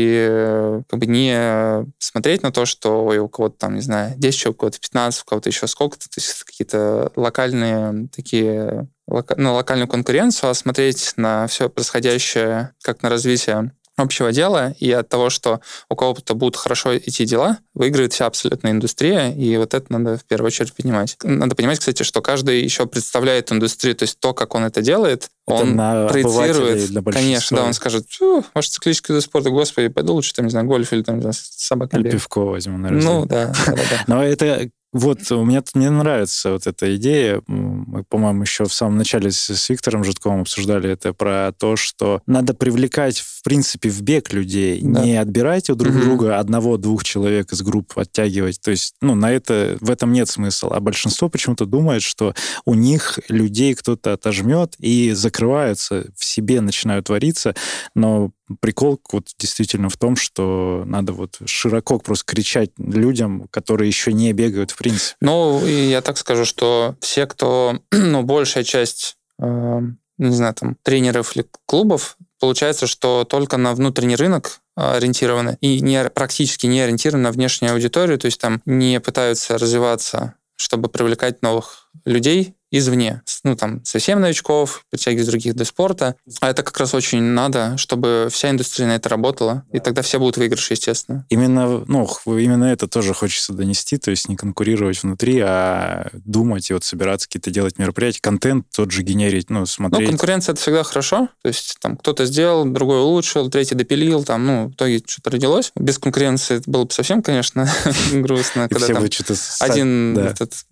Speaker 2: и как бы не смотреть на то, что ой, у кого-то там, не знаю, десять человек, у кого-то пятнадцать, у кого-то еще сколько-то. То есть какие-то локальные такие... на локальную конкуренцию, а смотреть на все происходящее как на развитие общего дела, и от того, что у кого-то будут хорошо идти дела, выиграет вся абсолютная индустрия, и вот это надо в первую очередь понимать. Надо понимать, кстати, что каждый еще представляет индустрию, то есть то, как он это делает, это он проецирует. Конечно, да, он скажет, может, циклический вид спорта, господи, пойду лучше, там, не знаю, гольф или там, не знаю, собака.
Speaker 1: Или пивко возьму, наверное.
Speaker 2: Ну, да, да, да.
Speaker 1: Но это... Вот, у меня мне нравится вот эта идея. Мы, по-моему, еще в самом начале с, с Виктором Житковым обсуждали это, про то, что надо привлекать, в принципе, в бег людей. Да. Не отбирать у друг mm-hmm. друга одного-двух человек из групп, оттягивать. То есть, ну, на это, в этом нет смысла. А большинство почему-то думает, что у них людей кто-то отожмет и закрываются, в себе начинают вариться. Но прикол вот действительно в том, что надо вот широко просто кричать людям, которые еще не бегают в принципе.
Speaker 2: Ну, и я так скажу, что все, кто, ну, большая часть, э, не знаю, там, тренеров или клубов, получается, что только на внутренний рынок ориентированы и не, практически не ориентированы на внешнюю аудиторию, то есть там не пытаются развиваться, чтобы привлекать новых людей извне, ну, там, совсем новичков, притягивать других до спорта. А это как раз очень надо, чтобы вся индустрия на это работала, и тогда все будут выигрыши, естественно.
Speaker 1: Именно, ну, именно это тоже хочется донести, то есть не конкурировать внутри, а думать и вот собираться, какие-то делать мероприятия, контент тот же генерить, ну, смотреть.
Speaker 2: Ну, конкуренция — это всегда хорошо, то есть там кто-то сделал, другой улучшил, третий допилил, там, ну, в итоге что-то родилось. Без конкуренции это было бы совсем, конечно, грустно, когда там один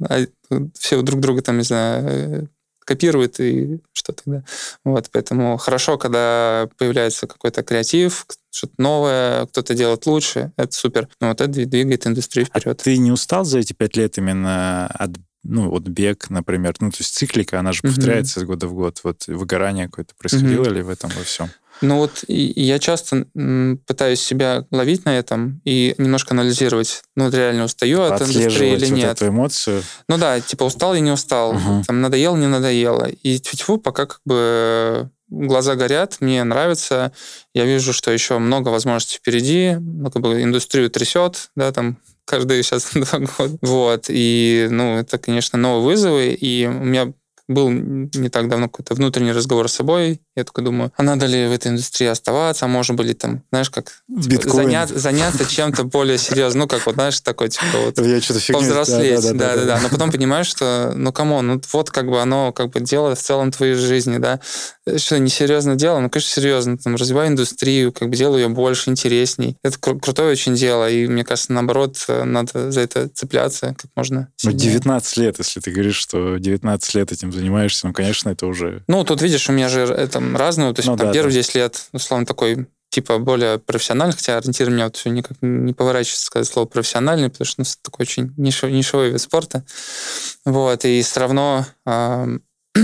Speaker 2: все друг друга там, не знаю, копируют и что тогда. Вот, поэтому хорошо, когда появляется какой-то креатив, что-то новое, кто-то делает лучше, это супер. Ну, вот это двигает индустрию вперед.
Speaker 1: А ты не устал за эти пять лет именно от, ну, вот бег, например, ну, то есть циклика, она же повторяется mm-hmm. из года в год. Вот выгорание какое-то происходило mm-hmm. ли в этом во всем?
Speaker 2: Ну вот и, и я часто м, пытаюсь себя ловить на этом и немножко анализировать, ну, реально устаю от индустрии или
Speaker 1: вот
Speaker 2: нет.
Speaker 1: Эту эмоцию.
Speaker 2: Ну да, типа устал и не устал, uh-huh. там надоело, не надоело. И тьфу-тьфу, пока как бы глаза горят, мне нравится, я вижу, что еще много возможностей впереди, ну, как бы индустрию трясет, да, там каждые сейчас два года. Вот, и, ну, это, конечно, новые вызовы, и у меня был не так давно какой-то внутренний разговор с собой. Я только думаю, а надо ли в этой индустрии оставаться, а может быть, там, знаешь, как типа, заняться, заняться чем-то более серьезным. Ну, как вот, знаешь, такой, типа, вот, повзрослеть. Да, да, да, да, да. Но потом понимаешь, что, ну, камон, ну, вот как бы оно, как бы дело в целом твоей жизни, да. Что, несерьезное дело? Ну, конечно, серьезно. Там, развивай индустрию, как бы делай ее больше, интересней. Это кру- крутое очень дело, и, мне кажется, наоборот, надо за это цепляться как можно сильнее.
Speaker 1: Ну, девятнадцать лет, если ты говоришь, что девятнадцать лет этим занимаешься, ну, конечно, это уже...
Speaker 2: Ну, тут, видишь, у меня же это разное, то есть ну, там, да, первые да. десять лет, условно, такой, типа, более профессиональный, хотя ориентир у меня вот все никак не поворачивается сказать слово профессиональный, потому что ну, это такой очень нишевой, нишевой вид спорта. Вот, и все равно э,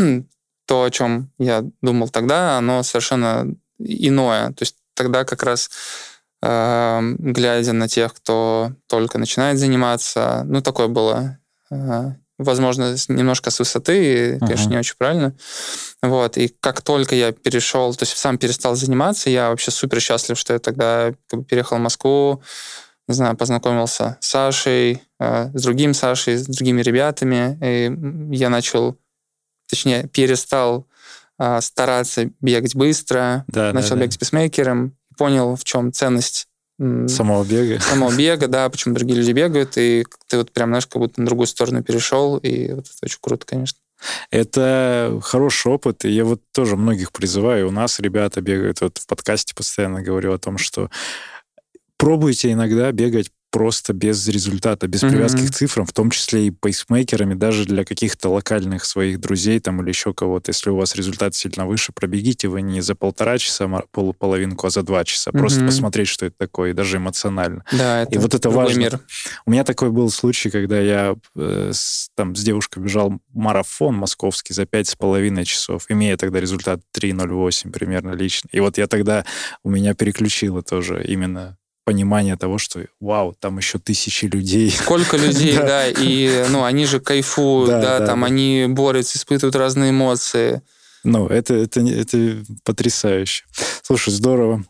Speaker 2: то, о чем я думал тогда, оно совершенно иное. То есть тогда как раз, э, глядя на тех, кто только начинает заниматься, ну, такое было... Э, возможно, немножко с высоты, и, конечно, uh-huh. не очень правильно. Вот. И как только я перешел, то есть сам перестал заниматься, я вообще супер счастлив, что я тогда как бы переехал в Москву, не знаю, познакомился с Сашей, э, с другим Сашей, с другими ребятами, и я начал, точнее, перестал э, стараться бегать быстро,
Speaker 1: да,
Speaker 2: начал
Speaker 1: да,
Speaker 2: бегать
Speaker 1: да.
Speaker 2: пейсмейкером, понял, в чем ценность
Speaker 1: самого бега.
Speaker 2: Самого бега, да, почему другие люди бегают, и ты вот прям, знаешь, как будто на другую сторону перешел, и вот это очень круто, конечно.
Speaker 1: Это хороший опыт, и я вот тоже многих призываю. У нас ребята бегают, вот в подкасте постоянно говорю о том, что пробуйте иногда бегать просто без результата, без mm-hmm. привязки к цифрам, в том числе и пейсмейкерами, даже для каких-то локальных своих друзей там или еще кого-то. Если у вас результат сильно выше, пробегите вы не за полтора часа пол, половинку, а за два часа. Mm-hmm. Просто посмотреть, что это такое, и даже эмоционально.
Speaker 2: Да, это
Speaker 1: и вот это важно.
Speaker 2: Мир.
Speaker 1: У меня такой был случай, когда я э, с, там с девушкой бежал марафон московский за пять с половиной часов, имея тогда результат три ноль восемь примерно лично. И вот я тогда, у меня переключило тоже именно понимание того, что вау, там еще тысячи людей.
Speaker 2: Сколько людей, да, и ну, они же кайфуют, да, там они борются, испытывают разные эмоции.
Speaker 1: Ну, это, это, это потрясающе. Слушай, здорово.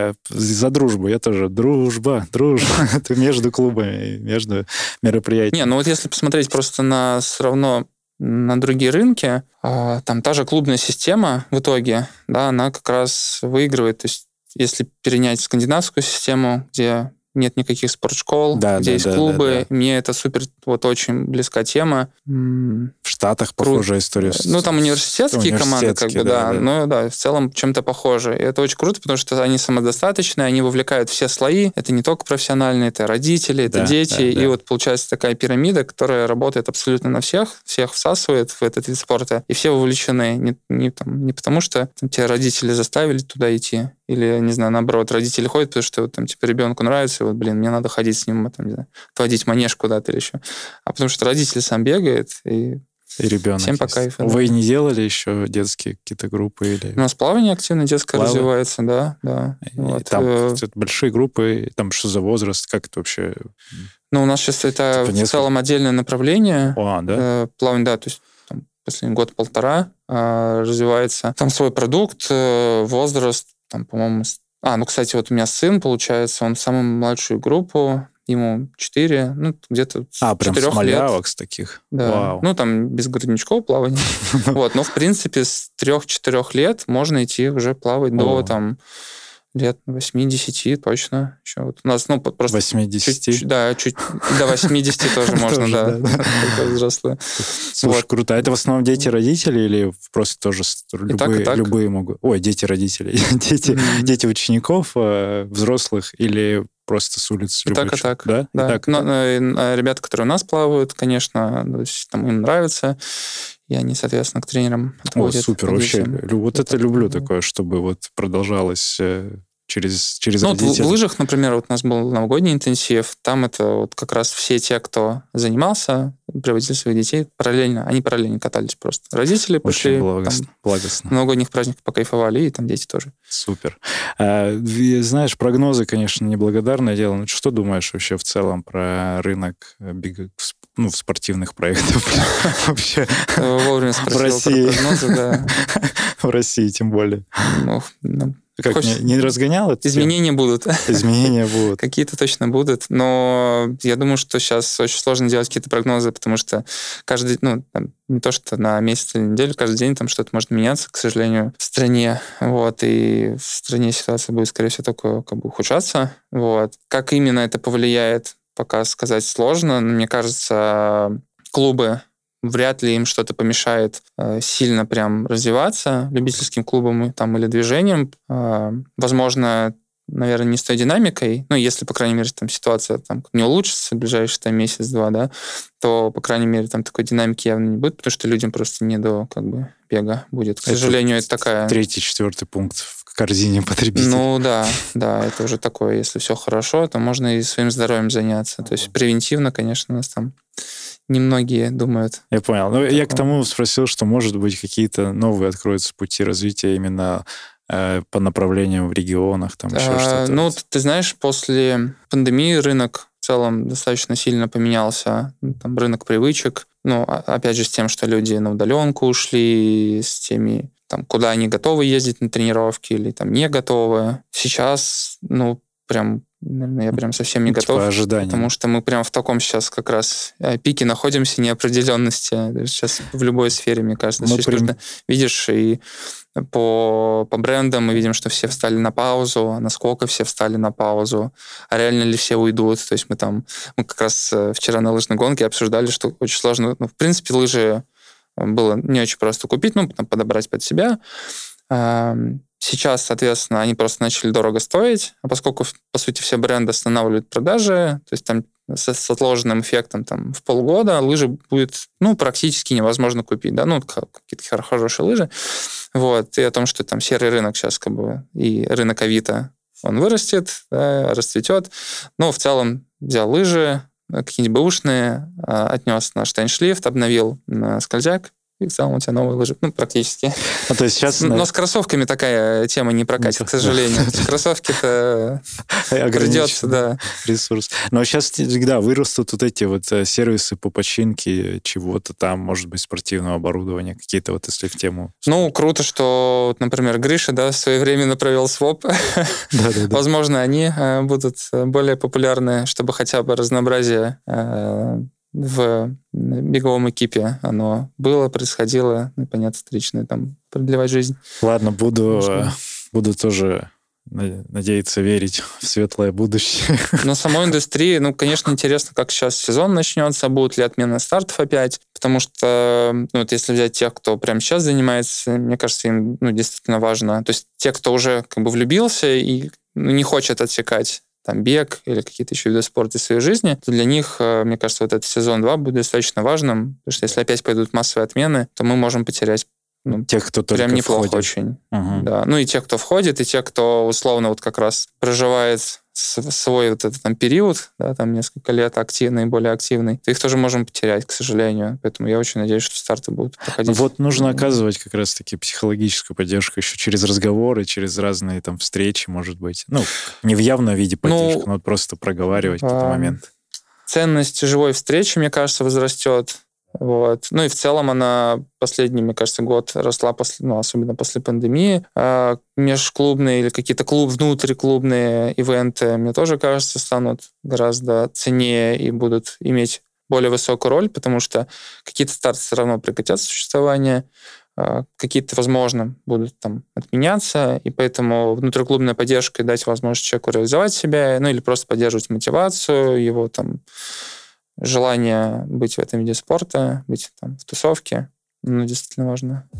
Speaker 1: За дружбу. Я тоже. Дружба, дружба. Это между клубами, между мероприятиями.
Speaker 2: Не, ну вот если посмотреть просто на все равно на другие рынки, там та же клубная система в итоге, да, она как раз выигрывает. То есть если перенять скандинавскую систему, где нет никаких спортшкол,
Speaker 1: да,
Speaker 2: где
Speaker 1: да,
Speaker 2: есть
Speaker 1: да,
Speaker 2: клубы,
Speaker 1: да, да.
Speaker 2: мне это супер, вот очень близка тема.
Speaker 1: В Штатах похожая история.
Speaker 2: Ну, там университетские, университетские команды, как бы, да,
Speaker 1: да, да.
Speaker 2: но да, в целом чем-то похожи. И это очень круто, потому что они самодостаточные, они вовлекают все слои. Это не только профессиональные, это родители, это
Speaker 1: да,
Speaker 2: дети.
Speaker 1: Да, да.
Speaker 2: И вот получается такая пирамида, которая работает абсолютно на всех, всех всасывает в этот вид спорта, и все вовлечены. Не, не, там, не потому, что там, те родители заставили туда идти, или, не знаю, наоборот, родители ходят, потому что вот, там, типа, ребенку нравится, и вот, блин, мне надо ходить с ним, там, не знаю, отводить манеж куда-то или еще. А потому что родитель сам бегает, и,
Speaker 1: и ребенок
Speaker 2: всем по
Speaker 1: есть.
Speaker 2: кайфу.
Speaker 1: Вы
Speaker 2: да.
Speaker 1: не делали еще детские какие-то группы? Или...
Speaker 2: У нас плавание активно детское
Speaker 1: Плавание?
Speaker 2: развивается, да. да.
Speaker 1: Вот. Там э... большие группы, там что за возраст, как это вообще?
Speaker 2: Ну, у нас сейчас это типа в несколько... целом отдельное направление.
Speaker 1: А, да?
Speaker 2: Плавание, да, то есть там, последний год-полтора развивается. Там свой продукт, возраст, там, по-моему, А, ну, кстати, вот у меня сын, получается, он в самую младшую группу, ему четыре, ну, где-то
Speaker 1: а, прям
Speaker 2: четырех
Speaker 1: с малявок
Speaker 2: лет.
Speaker 1: С таких?
Speaker 2: Да.
Speaker 1: Вау.
Speaker 2: Ну, там без горнячков плавания. Вот, но, в принципе, с трех-четырех лет можно идти уже плавать до, там, лет восьми-десяти точно. Еще вот у нас, ну, просто...
Speaker 1: восьмидесяти?
Speaker 2: Да, чуть до восьмидесяти тоже можно, да. Взрослые.
Speaker 1: Слушай, круто. А это в основном дети родителей или просто тоже любые могут? Ой, дети родителей. Дети учеников, взрослых или просто с улиц?
Speaker 2: И так, и так.
Speaker 1: Да?
Speaker 2: Ребята, которые у нас плавают, конечно, там им нравится, и они, соответственно, к тренерам отводят.
Speaker 1: О, супер, вообще. Вот это люблю такое, чтобы вот продолжалось через, через
Speaker 2: ну,
Speaker 1: родителей.
Speaker 2: Вот в лыжах, например, вот у нас был новогодний интенсив, там это вот как раз все те, кто занимался, приводили своих детей параллельно, они параллельно катались просто. Родители пошли,
Speaker 1: очень благостно,
Speaker 2: там,
Speaker 1: благостно.
Speaker 2: На новогодних праздниках покайфовали, и там дети тоже.
Speaker 1: Супер. А, знаешь, прогнозы, конечно, неблагодарное дело, но что думаешь вообще в целом про рынок бега, ну, спортивных проектов вообще?
Speaker 2: Вовремя спросил про прогнозы, да.
Speaker 1: В России тем более.
Speaker 2: Ну,
Speaker 1: Как, Хочешь... не, не разгонял это?
Speaker 2: Изменения будут.
Speaker 1: Изменения будут.
Speaker 2: Какие-то точно будут, но я думаю, что сейчас очень сложно делать какие-то прогнозы, потому что каждый, ну, там, не то, что на месяц или неделю, каждый день там что-то может меняться, к сожалению, в стране, вот, и в стране ситуация будет, скорее всего, только как бы ухудшаться, вот. Как именно это повлияет, пока сказать сложно, но мне кажется, клубы вряд ли им что-то помешает э, сильно прям развиваться любительским клубам там, или движением. Э, возможно, наверное, не с той динамикой, ну, если, по крайней мере, там ситуация там, не улучшится в ближайший там, месяц-два, да, то, по крайней мере, там такой динамики явно не будет, потому что людям просто не до как бы, бега будет. К сожалению, это, это такая...
Speaker 1: Третий, четвертый пункт в корзине потребителей.
Speaker 2: Ну, да, да, это уже такое. Если все хорошо, то можно и своим здоровьем заняться. То есть превентивно, конечно, у нас там немногие думают.
Speaker 1: Я понял. Ну, я к тому спросил, что, может быть, какие-то новые откроются пути развития именно э, по направлениям в регионах, там еще а, что-то.
Speaker 2: Ну, ты знаешь, после пандемии рынок в целом достаточно сильно поменялся. Там рынок привычек. ну, опять же, с тем, что люди на удаленку ушли, с теми, там, куда они готовы ездить на тренировки или там не готовы. Сейчас, ну, прям, наверное, я прям совсем не
Speaker 1: типа
Speaker 2: готов.
Speaker 1: Ожидания.
Speaker 2: Потому что мы прям в таком сейчас как раз пике находимся неопределенности. Сейчас в любой сфере, мне кажется. Мы прям... Видишь, и по, по брендам мы видим, что все встали на паузу, а насколько все встали на паузу, а реально ли все уйдут. То есть мы там, мы как раз вчера на лыжной гонке обсуждали, что очень сложно, ну, в принципе, лыжи было не очень просто купить, ну, подобрать под себя. Сейчас, соответственно, они просто начали дорого стоить, а поскольку, по сути, все бренды останавливают продажи, то есть там с, с отложенным эффектом там, в полгода лыжи будет, ну, практически невозможно купить, да, ну, какие-то хорошие лыжи, вот, и о том, что там серый рынок сейчас, как бы, и рынок Авито, он вырастет, да, расцветет, но в целом взял лыжи, какие-нибудь бэушные, отнес на штайншлифт, обновил на скользяк, и в целом у тебя новые лыжи. Ну, практически.
Speaker 1: А то есть сейчас...
Speaker 2: Но с кроссовками такая тема не прокатит, к сожалению. Кроссовки-то придется, да.
Speaker 1: Ресурс. Но сейчас, да, вырастут вот эти вот сервисы по починке чего-то там, может быть, спортивного оборудования, какие-то вот, если в тему...
Speaker 2: Ну, круто, что, например, Гриша, да, своевременно провел своп. Возможно, они будут более популярны, чтобы хотя бы разнообразие в беговом экипе оно было, происходило, ну, понятно, встречное, там, продлевать жизнь.
Speaker 1: Ладно, буду, буду тоже надеяться, верить в светлое будущее.
Speaker 2: Но самой индустрии, ну, конечно, интересно, как сейчас сезон начнется, будут ли отмены стартов опять, потому что, ну, вот если взять тех, кто прямо сейчас занимается, мне кажется, им, ну, действительно важно, то есть те, кто уже как бы влюбился и, ну, не хочет отсекать там бег или какие-то еще виды спорта из своей жизни, то для них, мне кажется, вот этот сезон два будет достаточно важным, потому что если опять пойдут массовые отмены, то мы можем потерять, ну,
Speaker 1: тех, кто только
Speaker 2: прям неплохо
Speaker 1: входит.
Speaker 2: Очень.
Speaker 1: Угу.
Speaker 2: Да. Ну и тех, кто входит, и тех, кто условно вот как раз проживает свой вот этот там период, да, там несколько лет активный, более активный, то их тоже можем потерять, к сожалению. Поэтому я очень надеюсь, что старты будут проходить.
Speaker 1: Вот нужно оказывать как раз-таки психологическую поддержку еще через разговоры, через разные там встречи, может быть. Ну, не в явном виде поддержку, ну, но вот просто проговаривать какие-то а, моменты.
Speaker 2: Ценность живой встречи, мне кажется, возрастет. Вот. Ну и в целом она последний, мне кажется, год росла, после, ну, особенно после пандемии. А межклубные или какие-то клуб, внутриклубные ивенты, мне тоже кажется, станут гораздо ценнее и будут иметь более высокую роль, потому что какие-то старты все равно прекратят существование, какие-то, возможно, будут там отменяться, и поэтому внутриклубная поддержка и дать возможность человеку реализовать себя, ну или просто поддерживать мотивацию, его там желание быть в этом виде спорта, быть там в тусовке, ну, действительно важно.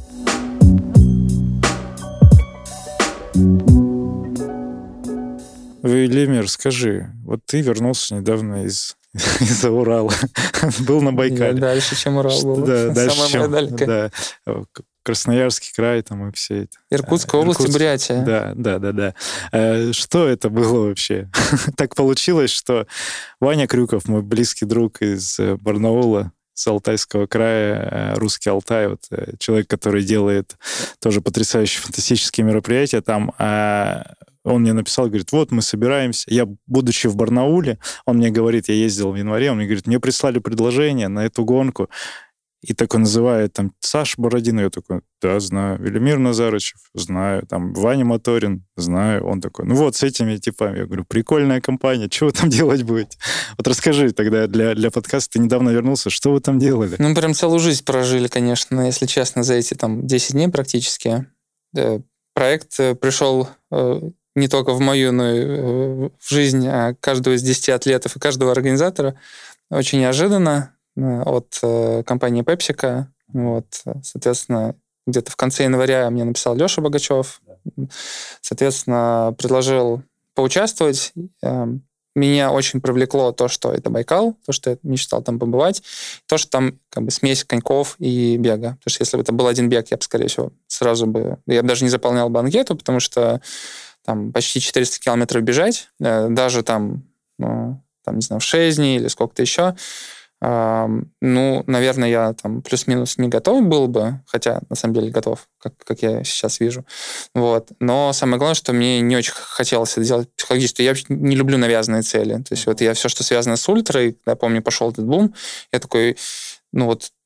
Speaker 1: Велимир, скажи, вот ты вернулся недавно из, из-за Урала, был на Байкале.
Speaker 2: Я дальше, чем Урал был.
Speaker 1: Да, дальше,
Speaker 2: самая
Speaker 1: чем,
Speaker 2: моя далька.
Speaker 1: Да, Красноярский край, там и все это.
Speaker 2: Иркутская область,
Speaker 1: Иркутск,
Speaker 2: Бурятия.
Speaker 1: Да, да, да, да. Э, что это было вообще? Так получилось, что Ваня Крюков, мой близкий друг из Барнаула, с Алтайского края, русский Алтай, вот, человек, который делает тоже потрясающие фантастические мероприятия там, он мне написал, говорит, вот мы собираемся. Я, будучи в Барнауле, он мне говорит, я ездил в январе, он мне говорит, мне прислали предложение на эту гонку. И такой называет там Саша Бородин, я такой, да, знаю. Велимир Назарычев, знаю. Там Ваня Моторин, знаю. Он такой, ну вот с этими типами. Я говорю, прикольная компания, что вы там делать будете? Вот расскажи тогда для, для подкаста, ты недавно вернулся, что вы там делали?
Speaker 2: Ну, прям целую жизнь прожили, конечно, если честно, за эти там десять дней практически. Да, проект пришел не только в мою, но и в жизнь каждого из десяти атлетов и каждого организатора очень неожиданно. От э, компании PepsiCo. Вот, соответственно, где-то в конце января мне написал Леша Богачев. Соответственно, предложил поучаствовать. Э, меня очень привлекло то, что это Байкал, то, что я мечтал там побывать, то, что там как бы смесь коньков и бега. Потому что если бы это был один бег, я бы, скорее всего, сразу бы... Я бы даже не заполнял бы анкету, потому что там почти четыреста километров бежать, э, даже там, ну, там, не знаю, в шесть дней или сколько-то еще... Uh, ну, наверное, я там плюс-минус не готов был бы, хотя на самом деле готов, как, как я сейчас вижу. Вот. Но самое главное, что мне не очень хотелось это делать психологически. Я вообще не люблю навязанные цели. То есть вот я все, что связано с ультрой, я помню, пошел этот бум, я такой, ну вот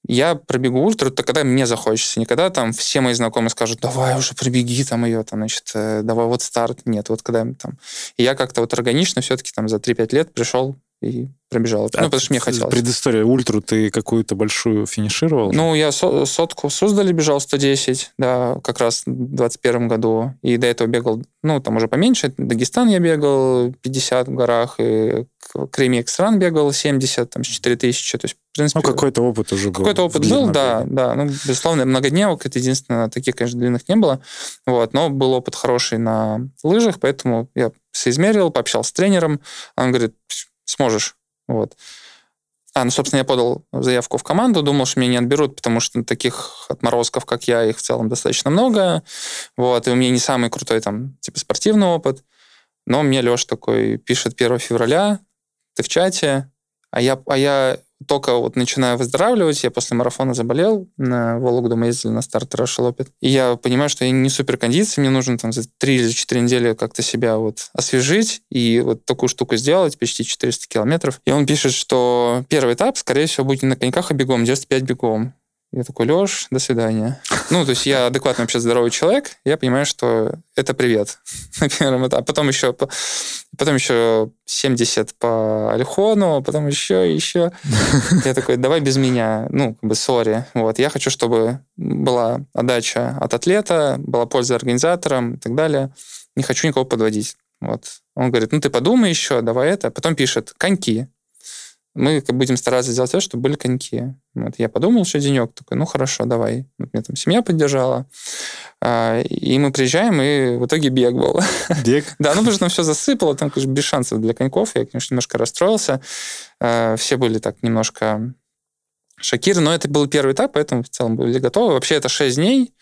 Speaker 2: Я пробегу ультру, то когда мне захочется. Не когда там все мои знакомые скажут, давай уже пробеги там ее, там, значит, давай вот старт. Нет, вот когда там... И я как-то вот органично все-таки там за три-пять лет пришел и пробежал. А ну, потому что мне хотелось.
Speaker 1: Предыстория. Ультру ты какую-то большую финишировал?
Speaker 2: Ну, я со- сотку в Суздале бежал, сто десять, да, как раз в двадцать первом году. И до этого бегал, ну, там уже поменьше. Дагестан я бегал пятьдесят в горах, и Крым Экстран бегал семьдесят, там, с четыре тысячи. То есть, в принципе...
Speaker 1: Ну, какой-то опыт уже был.
Speaker 2: Какой-то опыт был, да, да. Ну, безусловно, многодневок, это единственное, таких, конечно, длинных не было. Вот, но был опыт хороший на лыжах, поэтому я соизмерил, пообщался с тренером. Он говорит, сможешь. Вот. А, ну, собственно, я подал заявку в команду, думал, что меня не отберут, потому что таких отморозков, как я, их в целом достаточно много. Вот, и у меня не самый крутой там, типа, спортивный опыт. Но мне Леша такой пишет первого февраля, ты в чате, а я, а я только вот начинаю выздоравливать, я после марафона заболел, на Вологду мы ездили на старт Russia Lopet, и я понимаю, что я не супер кондиции, мне нужно там за три или четыре недели как-то себя вот освежить и вот такую штуку сделать, почти четыреста километров. И он пишет, что первый этап, скорее всего, будет не на коньках, а бегом, девяносто пять бегом. Я такой, Леш, до свидания. Ну, то есть я адекватно вообще здоровый человек, я понимаю, что это привет на первом этапе. Потом еще, потом еще семьдесят по Альхону, потом еще, еще. Я такой, давай без меня, ну, как бы, сори. Вот, я хочу, чтобы была отдача от атлета, была польза организаторам и так далее. Не хочу никого подводить. Вот. Он говорит, ну, ты подумай еще, давай это. Потом пишет, коньки. Мы будем стараться сделать так, чтобы были коньки. Вот я подумал еще денек, такой, ну хорошо, давай. Вот меня там семья поддержала. И мы приезжаем, и в итоге бег был.
Speaker 1: Бег?
Speaker 2: Да, ну потому что там все засыпало, там, конечно, без шансов для коньков. Я, конечно, немножко расстроился. Все были так немножко шокированы, но это был первый этап, поэтому в целом были готовы. Вообще это шесть дней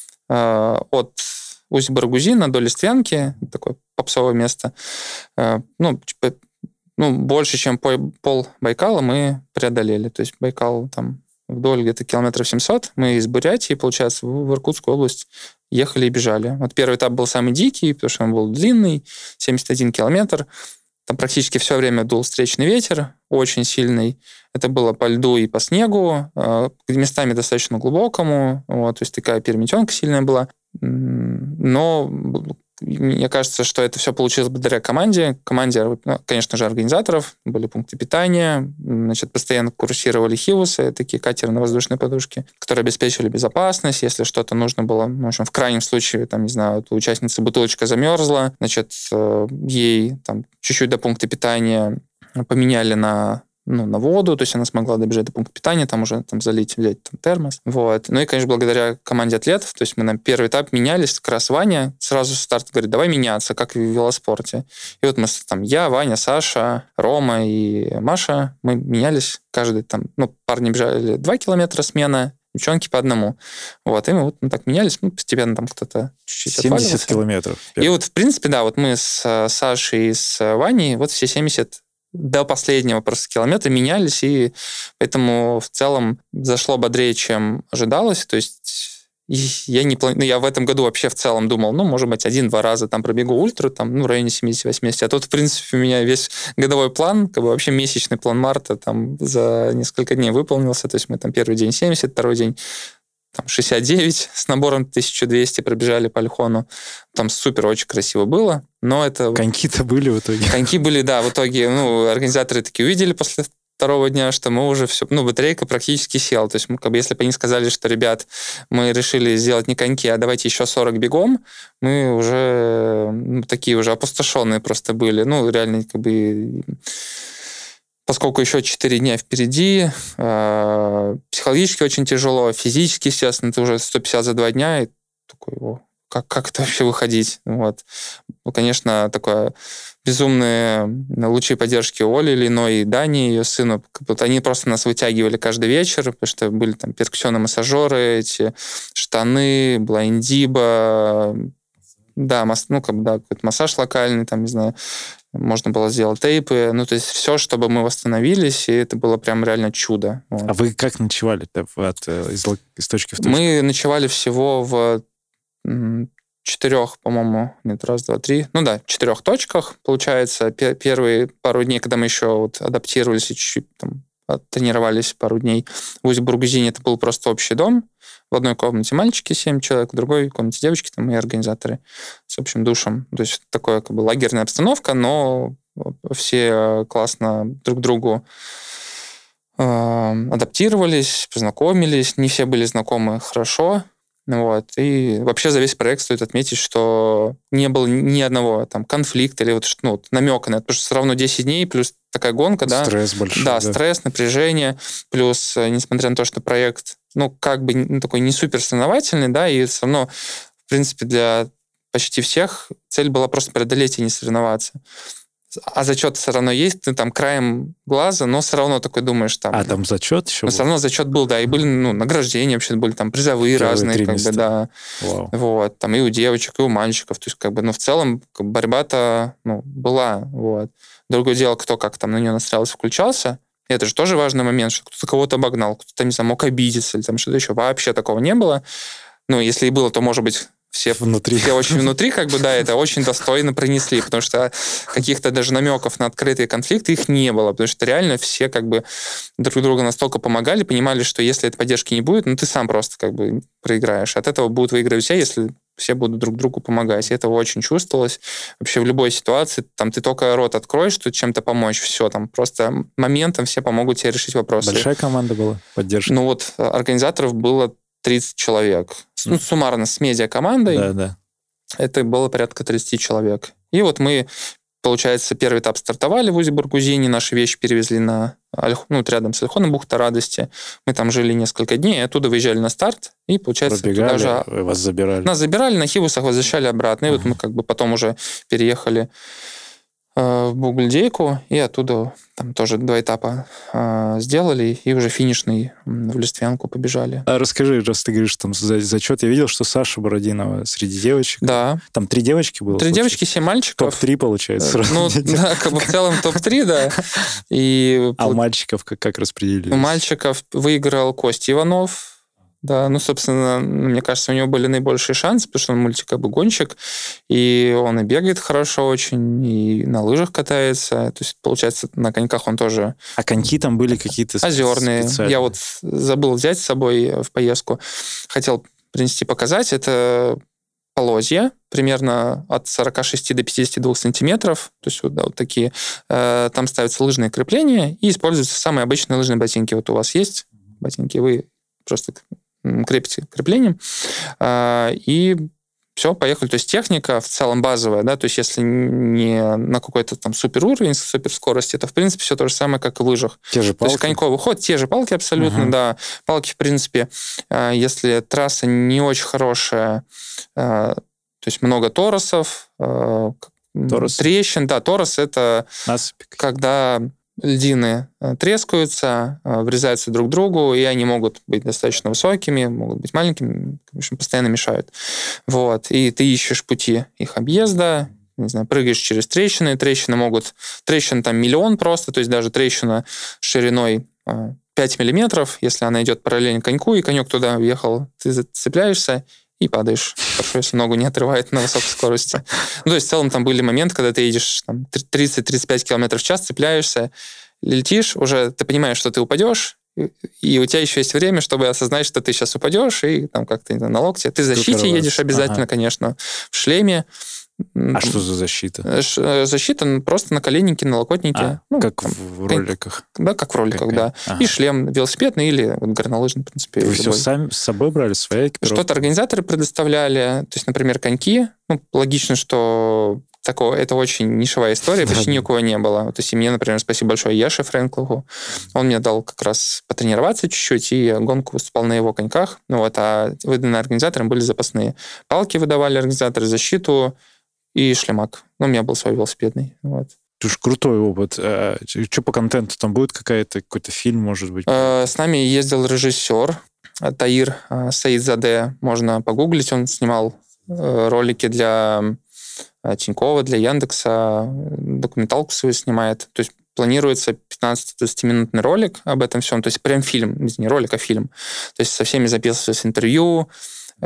Speaker 2: от Усть-Баргузина до Листвянки, такое попсовое место. Ну, типа, ну, больше, чем пол Байкала мы преодолели. То есть Байкал там вдоль где-то километров семьсот. Мы из Бурятии, получается, в Иркутскую область ехали и бежали. Вот первый этап был самый дикий, потому что он был длинный, семьдесят один километр. Там практически все время дул встречный ветер, очень сильный. Это было по льду и по снегу, местами достаточно глубокому. Вот, то есть такая переметенка сильная была. Но мне кажется, что это все получилось благодаря команде. Команде, ну, конечно же, организаторов. Были пункты питания. Значит, постоянно курсировали хивусы, такие катеры на воздушной подушке, которые обеспечивали безопасность. Если что-то нужно было, ну, в общем, в крайнем случае, там, не знаю, у участницы бутылочка замерзла, значит, ей там чуть-чуть до пункта питания поменяли на ну, на воду, то есть она смогла добежать до пункта питания, там уже там залить, взять там, термос. Вот. Ну и, конечно, благодаря команде атлетов, то есть мы на первый этап менялись, как раз Ваня сразу с старта говорит, давай меняться, как в велоспорте. И вот мы там, я, Ваня, Саша, Рома и Маша, мы менялись каждый там, ну, парни бежали два километра смена, девчонки по одному. Вот, и мы вот ну, так менялись, ну, постепенно там кто-то чуть-чуть отваливался.
Speaker 1: семьдесят километров.
Speaker 2: И вот, в принципе, да, вот мы с Сашей и с Ваней вот все семьдесят до последнего просто километра менялись, и поэтому в целом зашло бодрее, чем ожидалось. То есть я не плани... ну, я в этом году вообще в целом думал, ну, может быть, один-два раза там пробегу ультру, там, ну, в районе семьдесят-восемьдесят. А тут, в принципе, у меня весь годовой план, как бы вообще месячный план марта там за несколько дней выполнился. То есть мы там первый день семьдесят, второй день там шестьдесят девять с набором тысяча двести пробежали по Альхону. Там супер, очень красиво было. Но это...
Speaker 1: Коньки-то были в итоге.
Speaker 2: Коньки были, да, в итоге, ну, организаторы такие увидели после второго дня, что мы уже все, ну, батарейка практически села. То есть, мы, как бы, если бы они сказали, что, ребят, мы решили сделать не коньки, а давайте еще сорок бегом, мы уже ну, такие уже опустошенные просто были. Ну, реально, как бы... Поскольку еще четыре дня впереди, э, психологически очень тяжело, физически, естественно, ты уже сто пятьдесят за два дня, и такой, о, как, как это вообще выходить? Вот. Ну, конечно, такое безумные лучи поддержки Оли Ильиной и Дани, ее сыну. Вот они просто нас вытягивали каждый вечер, потому что были там перкуссионные массажеры, эти штаны, была индиба, да, масс, ну, как бы, да, какой-то массаж локальный, там, не знаю, можно было сделать тейпы, ну, то есть все, чтобы мы восстановились, и это было прям реально чудо. Вот.
Speaker 1: А вы как ночевали-то от, из, из точки в точку?
Speaker 2: Мы ночевали всего в четырех, по-моему, нет, раз, два, три, ну да, четырех точках, получается. Первые пару дней, когда мы еще вот адаптировались и чуть-чуть там тренировались пару дней. В Усть-Бургузине это был просто общий дом. В одной комнате мальчики, семь человек, в другой комнате девочки, там и организаторы с общим душем. То есть такая как бы лагерная обстановка, но все классно друг к другу э, адаптировались, познакомились. Не все были знакомы хорошо. Вот. И вообще за весь проект стоит отметить, что не было ни одного там конфликта или вот, ну, вот намека на это, потому что все равно десять дней плюс такая гонка, да.
Speaker 1: Стресс большой.
Speaker 2: Да,
Speaker 1: да,
Speaker 2: стресс, напряжение, плюс, несмотря на то, что проект, ну, как бы ну, такой не супер соревновательный, да, и все равно, в принципе, для почти всех цель была просто преодолеть и не соревноваться. А зачет все равно есть, ты там краем глаза, но все равно такой думаешь там...
Speaker 1: А там зачет еще
Speaker 2: Но
Speaker 1: был?
Speaker 2: все равно зачет был, да, и были ну, награждения вообще, были там призовые
Speaker 1: Первые
Speaker 2: разные,
Speaker 1: три
Speaker 2: как
Speaker 1: места.
Speaker 2: бы, да.
Speaker 1: Вау.
Speaker 2: Вот, там и у девочек, и у мальчиков, то есть как бы, ну, в целом как бы, борьба-то, ну, была, вот. Другое дело, кто как там на нее настраивался, включался, и это же тоже важный момент, что кто-то кого-то обогнал, кто-то, не знаю, мог обидеться или там что-то еще, вообще такого не было. Ну, если и было, то, может быть, все
Speaker 1: внутри.
Speaker 2: Все очень внутри, как бы, да, это очень достойно пронесли, потому что каких-то даже намеков на открытые конфликты их не было, потому что реально все как бы друг друга настолько помогали, понимали, что если этой поддержки не будет, ну, ты сам просто как бы проиграешь. От этого будут выигрывать все, если все будут друг другу помогать. И это очень чувствовалось. Вообще в любой ситуации, там, ты только рот откроешь, что чем-то помочь, все, там, просто моментом все помогут тебе решить вопросы.
Speaker 1: Большая команда была, поддержка?
Speaker 2: Ну, вот организаторов было тридцать человек. Ну, суммарно с медиакомандой
Speaker 1: Да, да.
Speaker 2: это было порядка тридцать человек. И вот мы, получается, первый этап стартовали в Усть-Бургузине, наши вещи перевезли на Альх... ну, рядом с Ольхоном, бухта Радости. Мы там жили несколько дней, и оттуда выезжали на старт, и, получается,
Speaker 1: пробегали,
Speaker 2: туда же...
Speaker 1: вас забирали.
Speaker 2: Нас забирали, на Хивусах возвращали обратно. И uh-huh. вот мы как бы потом уже переехали в Бугульдейку, и оттуда там тоже два этапа э, сделали, и уже финишный в Листвянку побежали.
Speaker 1: А расскажи, раз ты говоришь, там за зачет, я видел, что Саша Бородинова среди девочек.
Speaker 2: Да.
Speaker 1: Там три девочки было?
Speaker 2: Три девочки, семь мальчиков.
Speaker 1: топ-три, получается.
Speaker 2: Ну, да, как бы в целом топ-три, да. И...
Speaker 1: А у мальчиков как, как распределились?
Speaker 2: У мальчиков выиграл Костя Иванов. Да, ну, собственно, мне кажется, у него были наибольшие шансы, потому что он мультикобы-гонщик, и он и бегает хорошо очень, и на лыжах катается. То есть, получается, на коньках он тоже...
Speaker 1: А коньки там были какие-то
Speaker 2: озерные.
Speaker 1: специальные?
Speaker 2: Я вот забыл взять с собой в поездку. Хотел принести показать. Это полозья, примерно от сорок шесть до пятьдесят два сантиметров. То есть вот, да, вот такие. Там ставятся лыжные крепления, и используются самые обычные лыжные ботинки. Вот у вас есть ботинки, вы просто... крепите креплением, и все, поехали. То есть техника в целом базовая, да, то есть если не на какой-то там супер уровень, суперскорости, то в принципе все то же самое, как и в лыжах.
Speaker 1: Те же палки?
Speaker 2: То есть коньковый ход, те же палки абсолютно, uh-huh. да. Палки, в принципе, если трасса не очень хорошая, то есть много торосов,
Speaker 1: Торос?
Speaker 2: трещин, да, торос — это
Speaker 1: насыпи,
Speaker 2: когда... льдины трескаются, врезаются друг к другу, и они могут быть достаточно высокими, могут быть маленькими, в общем, постоянно мешают. Вот. И ты ищешь пути их объезда, не знаю, прыгаешь через трещины, трещины могут... Трещин там миллион просто, то есть даже трещина шириной пять миллиметров, если она идет параллельно коньку, и конек туда въехал, ты зацепляешься и падаешь. Хорошо, если ногу не отрывает на высокой скорости. Ну, то есть в целом там были моменты, когда ты едешь там, тридцать-тридцать пять километров в час, цепляешься, летишь, уже ты понимаешь, что ты упадешь, и у тебя еще есть время, чтобы осознать, что ты сейчас упадешь, и там как-то на локте. Ты в защите Супер едешь обязательно, ага. конечно, в шлеме.
Speaker 1: А там, что за защита?
Speaker 2: Защита ну, просто на коленнике, на локотнике.
Speaker 1: А,
Speaker 2: ну,
Speaker 1: как
Speaker 2: там,
Speaker 1: в роликах?
Speaker 2: Да, как в роликах, Какая? да. Ага. И шлем велосипедный или вот, горнолыжный, в принципе.
Speaker 1: Вы все сами с собой брали, своя экипировка?
Speaker 2: Что-то организаторы предоставляли. То есть, например, коньки. Ну, логично, что такого, это очень нишевая история, почти ни у кого не было. То есть, и мне, например, спасибо большое Яше Фрэнклову. Он мне дал как раз потренироваться чуть-чуть, и гонку выступал на его коньках. Ну, вот, а выданные организаторам были запасные. Палки выдавали организаторы, защиту и шлемак. Ну, у меня был свой велосипедный. Вот.
Speaker 1: Это уж крутой опыт. А, что по контенту? Там будет какая-то, какой-то фильм, может быть?
Speaker 2: А, с нами ездил режиссер Таир Саидзаде. Можно погуглить. Он снимал ролики для Тинькова, для Яндекса. Документалку свою снимает. То есть планируется пятнадцати-двадцатиминутный ролик об этом всем. То есть прям фильм. Не ролик, а фильм. То есть со всеми записывались интервью,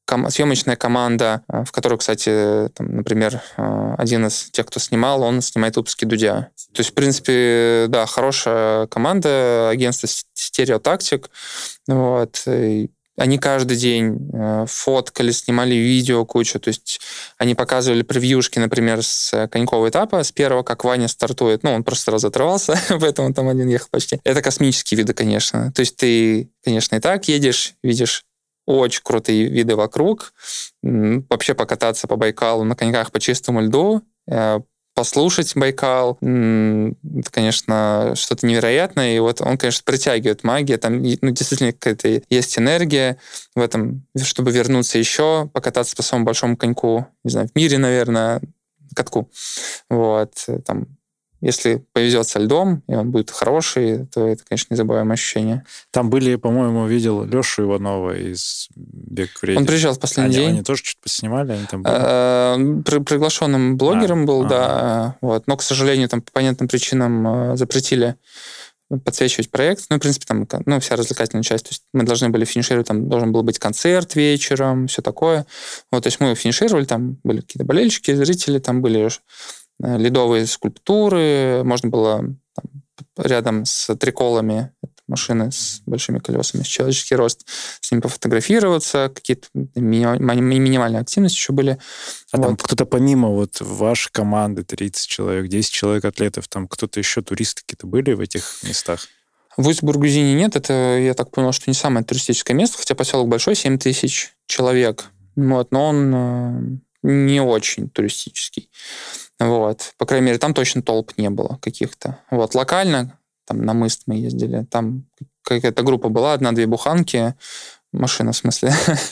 Speaker 2: ком- съемочная команда, в которой, кстати, там, например, один из тех, кто снимал, он снимает выпуски Дудя. То есть, в принципе, да, хорошая команда, агентство «Стереотактик». Вот. И они каждый день фоткали, снимали видео кучу. То есть они показывали превьюшки, например, с конькового этапа, с первого, как Ваня стартует. Ну, он просто сразу оторвался, поэтому там один ехал почти. Это космические виды, конечно. То есть ты, конечно, и так едешь, видишь очень крутые виды вокруг. Вообще покататься по Байкалу на коньках по чистому льду, послушать Байкал, это, конечно, что-то невероятное. И вот он, конечно, притягивает магию. Там ну, действительно какая-то есть энергия в этом, чтобы вернуться еще, покататься по самому большому коньку, не знаю, в мире, наверное, катку. Вот. Там, если повезет со льдом, и он будет хороший, то это, конечно, незабываемое ощущение.
Speaker 1: Там были, по-моему, видел Лешу Иванова из «Бег в рейде».
Speaker 2: Он приезжал в последний
Speaker 1: они,
Speaker 2: день.
Speaker 1: Они тоже что-то поснимали? Они там были?
Speaker 2: При, приглашенным блогером а, был,
Speaker 1: а,
Speaker 2: да. Вот. Но, к сожалению, там по понятным причинам запретили подсвечивать проект. Ну, в принципе, там ну, вся развлекательная часть. То есть мы должны были финишировать, там должен был быть концерт вечером, все такое. Вот, то есть мы финишировали, там были какие-то болельщики, зрители, там были ледовые скульптуры, можно было там, рядом с триколами машины с большими колесами, с человеческий рост, с ними пофотографироваться, какие-то ми- минимальные активности еще были.
Speaker 1: А
Speaker 2: вот.
Speaker 1: Там кто-то помимо вот вашей команды, тридцать человек, десять человек атлетов, там кто-то еще, туристы какие-то были в этих местах?
Speaker 2: В Усть-Бургузине нет, это, я так понял, что не самое туристическое место, хотя поселок большой, семь тысяч человек, вот, но он э, не очень туристический. Вот. По крайней мере, там точно толп не было каких-то. Вот. Локально, там на Мыст мы ездили, там какая-то группа была, одна-две буханки, машина в смысле,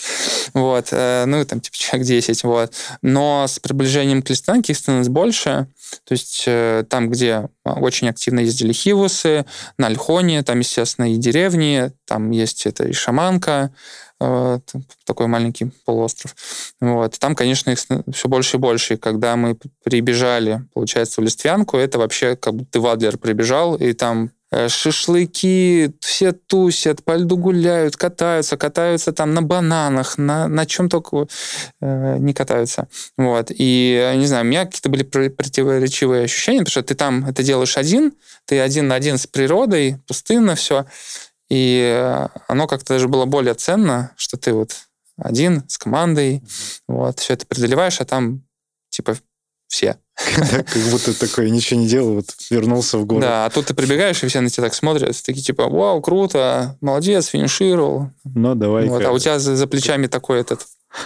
Speaker 2: вот, ну, там, типа, человек десять, вот. Но с приближением к Листанке их становится больше, то есть там, где очень активно ездили хивусы, на Ольхоне, там, естественно, и деревни, там есть это и Шаманка, вот, такой маленький полуостров. Вот. Там, конечно, их все больше и больше. И когда мы прибежали, получается, в Листвянку, это вообще как будто в Адлер прибежал, и там шашлыки, все тусят, по льду гуляют, катаются, катаются там на бананах, на, на чем только э, не катаются. Вот. И, не знаю, у меня какие-то были противоречивые ощущения, потому что ты там это делаешь один, ты один на один с природой, пустынно все, и оно как-то даже было более ценно, что ты вот один с командой, вот, все это преодолеваешь, а там типа все.
Speaker 1: Как будто такой ничего не делал, вот вернулся в город.
Speaker 2: Да, а тут ты прибегаешь, и все на тебя так смотрят, такие типа, вау, круто, молодец, финишировал.
Speaker 1: Ну, давай.
Speaker 2: Вот, а у тебя за, за плечами такой этот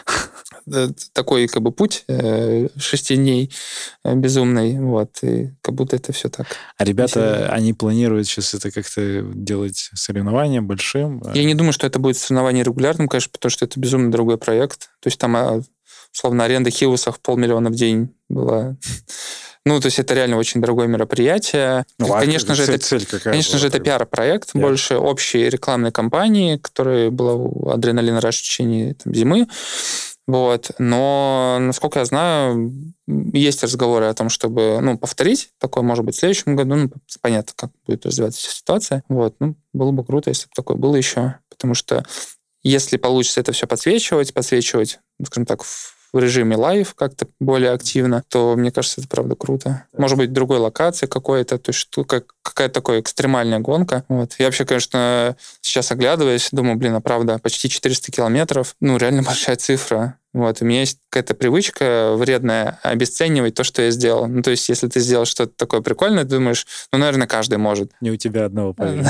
Speaker 2: такой как бы путь э, шести дней э, безумный, вот, и как будто это все так.
Speaker 1: А ребята, весело. Они планируют сейчас это как-то делать соревнования большим?
Speaker 2: Я не думаю, что это будет соревнование регулярным, конечно, потому что это безумно дорогой проект. То есть там, условно, аренда хивусов полмиллиона в день была. Ну, то есть это реально очень дорогое мероприятие.
Speaker 1: Ну,
Speaker 2: конечно
Speaker 1: а
Speaker 2: же,
Speaker 1: цель,
Speaker 2: это,
Speaker 1: цель какая
Speaker 2: конечно же, это пиар-проект, yeah. больше общей рекламной кампании, которая была у Адреналин Раш в течение там, зимы. Вот. Но, насколько я знаю, есть разговоры о том, чтобы ну, повторить такое, может быть, в следующем году. Ну, понятно, как будет развиваться вся ситуация. Вот. Ну, было бы круто, если бы такое было еще. Потому что если получится это все подсвечивать, подсвечивать, скажем так, в в режиме лайв как-то более активно, то, мне кажется, это правда круто. Может быть, другой локации какой-то, то есть как, какая-то такая экстремальная гонка. Вот. Я вообще, конечно, сейчас оглядываясь, думаю, блин, а правда, почти четыреста километров, ну, реально большая цифра. Вот. У меня есть какая-то привычка вредная обесценивать то, что я сделал. Ну, то есть, если ты сделал что-то такое прикольное, ты думаешь, ну, наверное, каждый может.
Speaker 1: Не у тебя одного, поверь.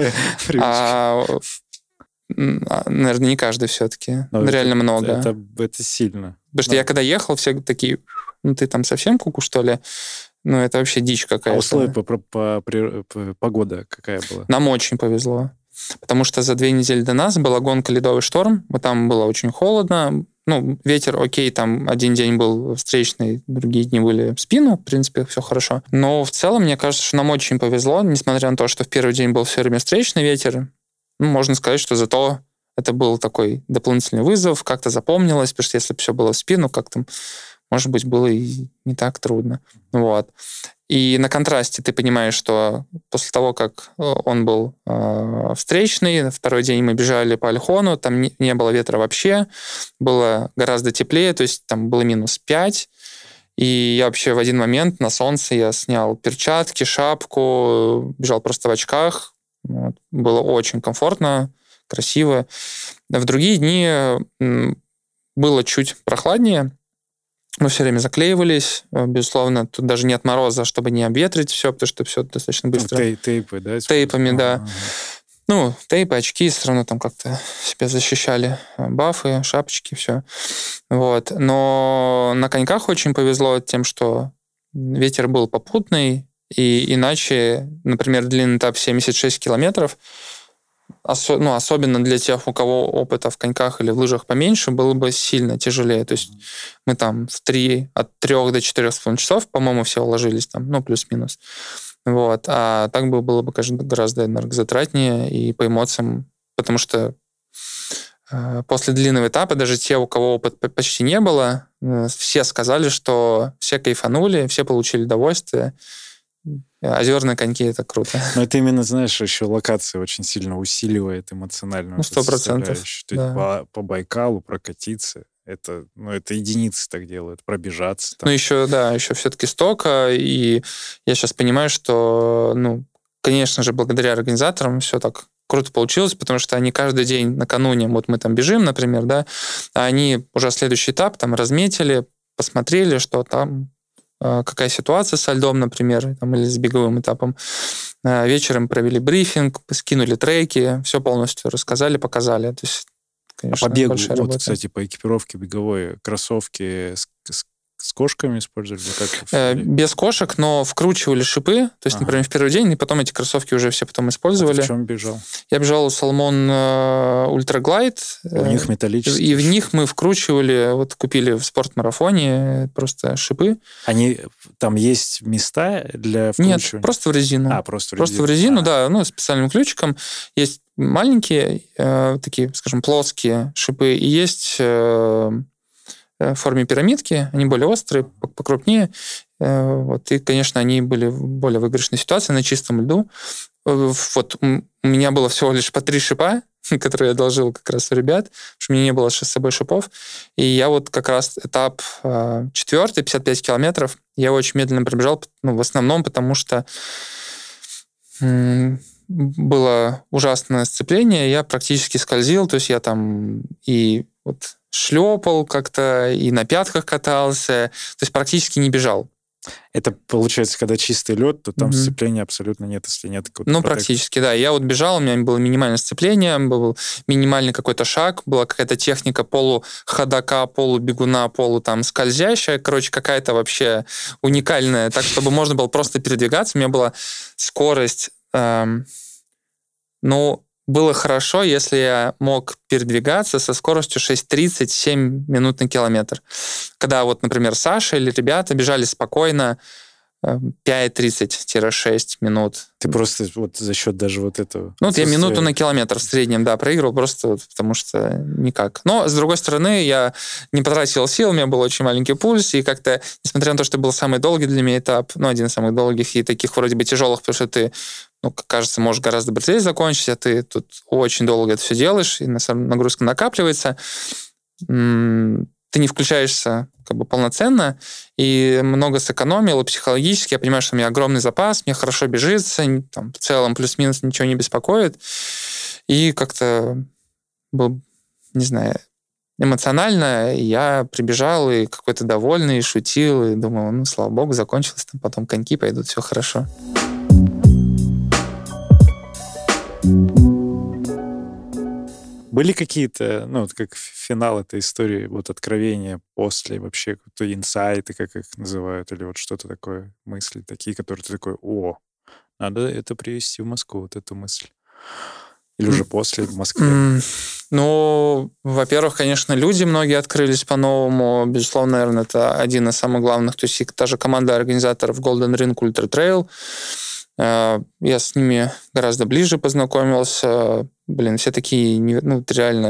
Speaker 1: Такая
Speaker 2: наверное, не каждый все-таки.
Speaker 1: Но
Speaker 2: реально
Speaker 1: это,
Speaker 2: много.
Speaker 1: Это, это сильно.
Speaker 2: Потому что да. я когда ехал, все такие, ну ты там совсем куку, что ли? Ну это вообще дичь какая-то.
Speaker 1: А условия по, по, по, по, погода какая была?
Speaker 2: Нам очень повезло. Потому что за две недели до нас была гонка «Ледовый шторм». Вот там было очень холодно. Ну, ветер, окей, там один день был встречный, другие дни были в спину. В принципе, все хорошо. Но в целом, мне кажется, что нам очень повезло, несмотря на то, что в первый день был все время встречный ветер. Ну, можно сказать, что зато это был такой дополнительный вызов, как-то запомнилось, потому что если бы все было в спину, как там может быть, было и не так трудно. Вот. И на контрасте ты понимаешь, что после того, как он был э, встречный, на второй день мы бежали по Ольхону, там не, не было ветра вообще, было гораздо теплее, то есть там было минус пять, и я вообще в один момент на солнце я снял перчатки, шапку, бежал просто в очках. Вот. Было очень комфортно, красиво. В другие дни было чуть прохладнее. Мы все время заклеивались, безусловно. Тут даже нет мороза, чтобы не обветрить все, потому что все достаточно быстро.
Speaker 1: Тей- тейпы, да?
Speaker 2: Тейпами,
Speaker 1: ага,
Speaker 2: да.
Speaker 1: Ага.
Speaker 2: Ну, тейпы, очки все равно там как-то себя защищали. Бафы, шапочки, все. Вот. Но на коньках очень повезло тем, что ветер был попутный, и иначе, например, длинный этап семьдесят шесть километров, осо- ну, особенно для тех, у кого опыта в коньках или в лыжах поменьше, было бы сильно тяжелее. То есть мы там в три, от трех до четырех с половиной часов, по-моему, все уложились там, ну, плюс-минус. Вот. А так бы было бы, конечно, гораздо энергозатратнее и по эмоциям, потому что э, после длинного этапа даже те, у кого опыта почти не было, э, все сказали, что все кайфанули, все получили удовольствие. Озерные коньки — это круто.
Speaker 1: Но это именно, знаешь, еще локация очень сильно усиливает эмоциональную
Speaker 2: Ну, сто процентов.
Speaker 1: составляющую. То
Speaker 2: Да.
Speaker 1: есть по, по Байкалу прокатиться, это, ну, это единицы так делают, пробежаться. Там.
Speaker 2: Ну, еще, да, еще все-таки столько, и я сейчас понимаю, что, ну, конечно же, благодаря организаторам все так круто получилось, потому что они каждый день накануне, вот мы там бежим, например, да, а они уже следующий этап там разметили, посмотрели, что там, какая ситуация со льдом, например, там, или с беговым этапом. Вечером провели брифинг, скинули треки, все полностью рассказали, показали. То есть, конечно,
Speaker 1: а по бегу,
Speaker 2: большая
Speaker 1: вот,
Speaker 2: работа.
Speaker 1: кстати, по экипировке беговой, кроссовки с, с, с кошками использовали? Как?
Speaker 2: Э, без кошек, но вкручивали шипы. То есть, ага. например, в первый день, и потом эти кроссовки уже все потом использовали.
Speaker 1: А ты в чем бежал?
Speaker 2: Я бежал у Salomon Ultra Glide.
Speaker 1: У них металлические.
Speaker 2: И в них мы вкручивали, вот купили в спортмарафоне просто шипы.
Speaker 1: Они, там есть места для вкручивания?
Speaker 2: Нет, просто в резину.
Speaker 1: А, просто в резину.
Speaker 2: Просто в резину, а. да, ну, специальным ключиком. Есть маленькие, э, такие, скажем, плоские шипы, и есть э, в форме пирамидки, они более острые, покрупнее. Э, вот, и, конечно, они были в более выигрышной ситуации на чистом льду. Вот у меня было всего лишь по три шипа, которые я одолжил как раз у ребят, потому что у меня не было с собой шипов. И я вот как раз этап э, четвертый, пятьдесят пять километров, я очень медленно пробежал, ну, в основном потому что м- было ужасное сцепление, я практически скользил, то есть я там и вот шлепал как-то, и на пятках катался, то есть практически не бежал.
Speaker 1: Это, получается, когда чистый лед, то там mm-hmm. сцепления абсолютно нет, если нет какого-то
Speaker 2: Ну,
Speaker 1: протекции.
Speaker 2: Практически, да. Я вот бежал, у меня было минимальное сцепление, был минимальный какой-то шаг, была какая-то техника полуходака, полубегуна, полу там скользящая, короче, какая-то вообще уникальная, так, чтобы можно было просто передвигаться. У меня была скорость, эм, ну, было хорошо, если я мог передвигаться со скоростью шесть тридцать семь минут на километр. Когда вот, например, Саша или ребята бежали спокойно пять тридцать шесть минут.
Speaker 1: Ты просто вот за счет даже вот этого...
Speaker 2: Ну, вот я минуту на километр в среднем, да, проигрывал просто вот потому что никак. Но, с другой стороны, я не потратил сил, у меня был очень маленький пульс, и как-то, несмотря на то, что это был самый долгий для меня этап, ну, один из самых долгих и таких вроде бы тяжелых, потому что ты, ну, как кажется, можешь гораздо быстрее закончить, а ты тут очень долго это все делаешь, и на самом нагрузка накапливается. Ты не включаешься как бы полноценно, и много сэкономил, и психологически я понимаю, что у меня огромный запас, мне хорошо бежится, там, в целом плюс-минус ничего не беспокоит, и как-то был, не знаю, эмоционально я прибежал, и какой-то довольный, и шутил, и думал, ну, слава богу, закончилось, там потом коньки пойдут, все хорошо.
Speaker 1: Были какие-то, ну, вот как финал этой истории, вот откровения после вообще, какие-то инсайты, как их называют, или вот что-то такое, мысли такие, которые ты такой, о, надо это привести в Москву, вот эту мысль. Или уже mm. после в Москве?
Speaker 2: Mm. Ну, во-первых, конечно, люди многие открылись по-новому. Безусловно, наверное, это один из самых главных. То есть и та же команда организаторов Golden Ring Ultra Trail. Я с ними гораздо ближе познакомился. Блин, все такие, ну, реально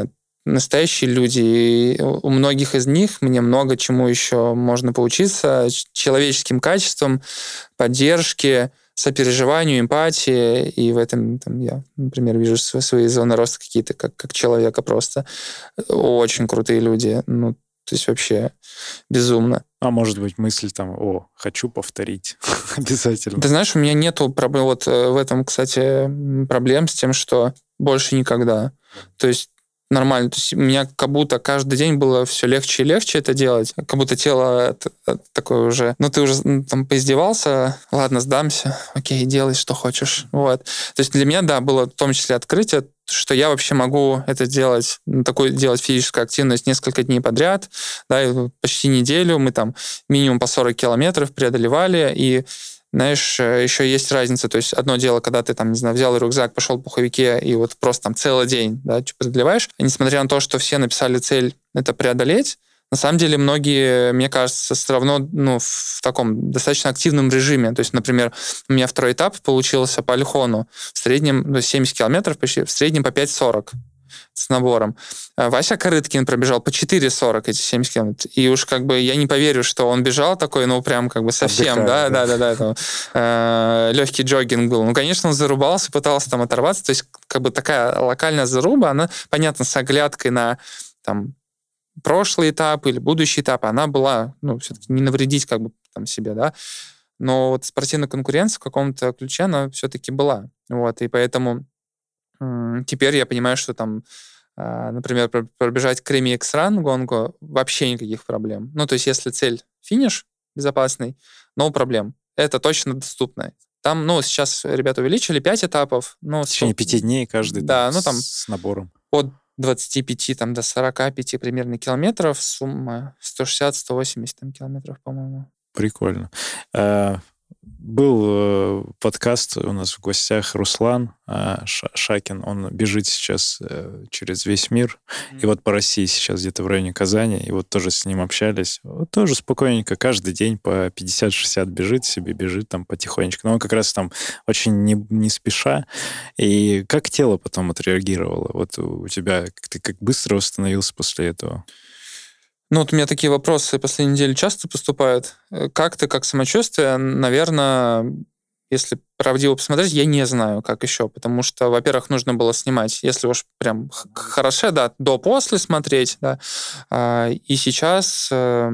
Speaker 2: настоящие люди. И у многих из них мне много чему еще можно поучиться. Человеческим качествам, поддержке, сопереживанию, эмпатии. И в этом там, я, например, вижу свои зоны роста какие-то, как, как человека просто. Очень крутые люди. Ну, то есть вообще безумно.
Speaker 1: А может быть, мысль там, о, хочу повторить обязательно.
Speaker 2: Ты знаешь, у меня нету проблем, вот в этом, кстати, проблем с тем, что больше никогда. То есть нормально. То есть у меня как будто каждый день было все легче и легче это делать. Как будто тело такое уже... Ну, ты уже ну, там поиздевался, ладно, сдамся, окей, делай, что хочешь. Вот. То есть для меня, да, было в том числе открытие, что я вообще могу это делать, такую делать физическую активность несколько дней подряд, да, и почти неделю мы там минимум по сорок километров преодолевали, и знаешь, еще есть разница. То есть одно дело, когда ты там, не знаю, взял рюкзак, пошел в пуховике и вот просто там целый день, да, преодолеваешь. И несмотря на то, что все написали цель это преодолеть, на самом деле многие, мне кажется, все равно ну, в таком достаточно активном режиме. То есть, например, у меня второй этап получился по Альхону. В среднем ну, семьдесят километров почти, в среднем по пять сорок с набором. Вася Корыткин пробежал по четыре сорок эти семьдесят километров. И уж как бы я не поверю, что он бежал такой, ну, прям как бы совсем, Отдыхает, да, да, да, да, да э, легкий джогинг был. Ну, конечно, он зарубался, пытался там оторваться. То есть как бы такая локальная заруба, она, понятно, с оглядкой на там прошлый этап или будущий этап, она была, ну, все-таки не навредить как бы там себе, да. Но вот спортивная конкуренция в каком-то ключе, она все-таки была. Вот, и поэтому теперь я понимаю, что там, например, пробежать Креми X-Run гонку вообще никаких проблем. Ну, то есть если цель финиш безопасный, но проблем. Это точно доступно. Там, ну, сейчас ребята увеличили пять этапов. Ну,
Speaker 1: в течение пяти дней каждый
Speaker 2: да,
Speaker 1: там,
Speaker 2: ну, там,
Speaker 1: с набором.
Speaker 2: От двадцати пяти там, до сорока пяти примерно километров. Сумма сто шестьдесят - сто восемьдесят там, километров, по-моему.
Speaker 1: Прикольно. Был подкаст у нас в гостях Руслан Шакин. Он бежит сейчас через весь мир. Mm-hmm. И вот по России сейчас где-то в районе Казани. И вот тоже с ним общались. Вот тоже спокойненько каждый день по пятьдесят-шестьдесят бежит себе, бежит там потихонечку. Но он как раз там очень не, не спеша. И как тело потом отреагировало? Вот у тебя, ты как быстро восстановился после этого?
Speaker 2: Ну, вот у меня такие вопросы последние недели часто поступают. Как ты, как самочувствие? Наверное, если правдиво посмотреть, я не знаю, как еще, потому что, во-первых, нужно было снимать, если уж прям хорошо, да, до-после смотреть, да. И сейчас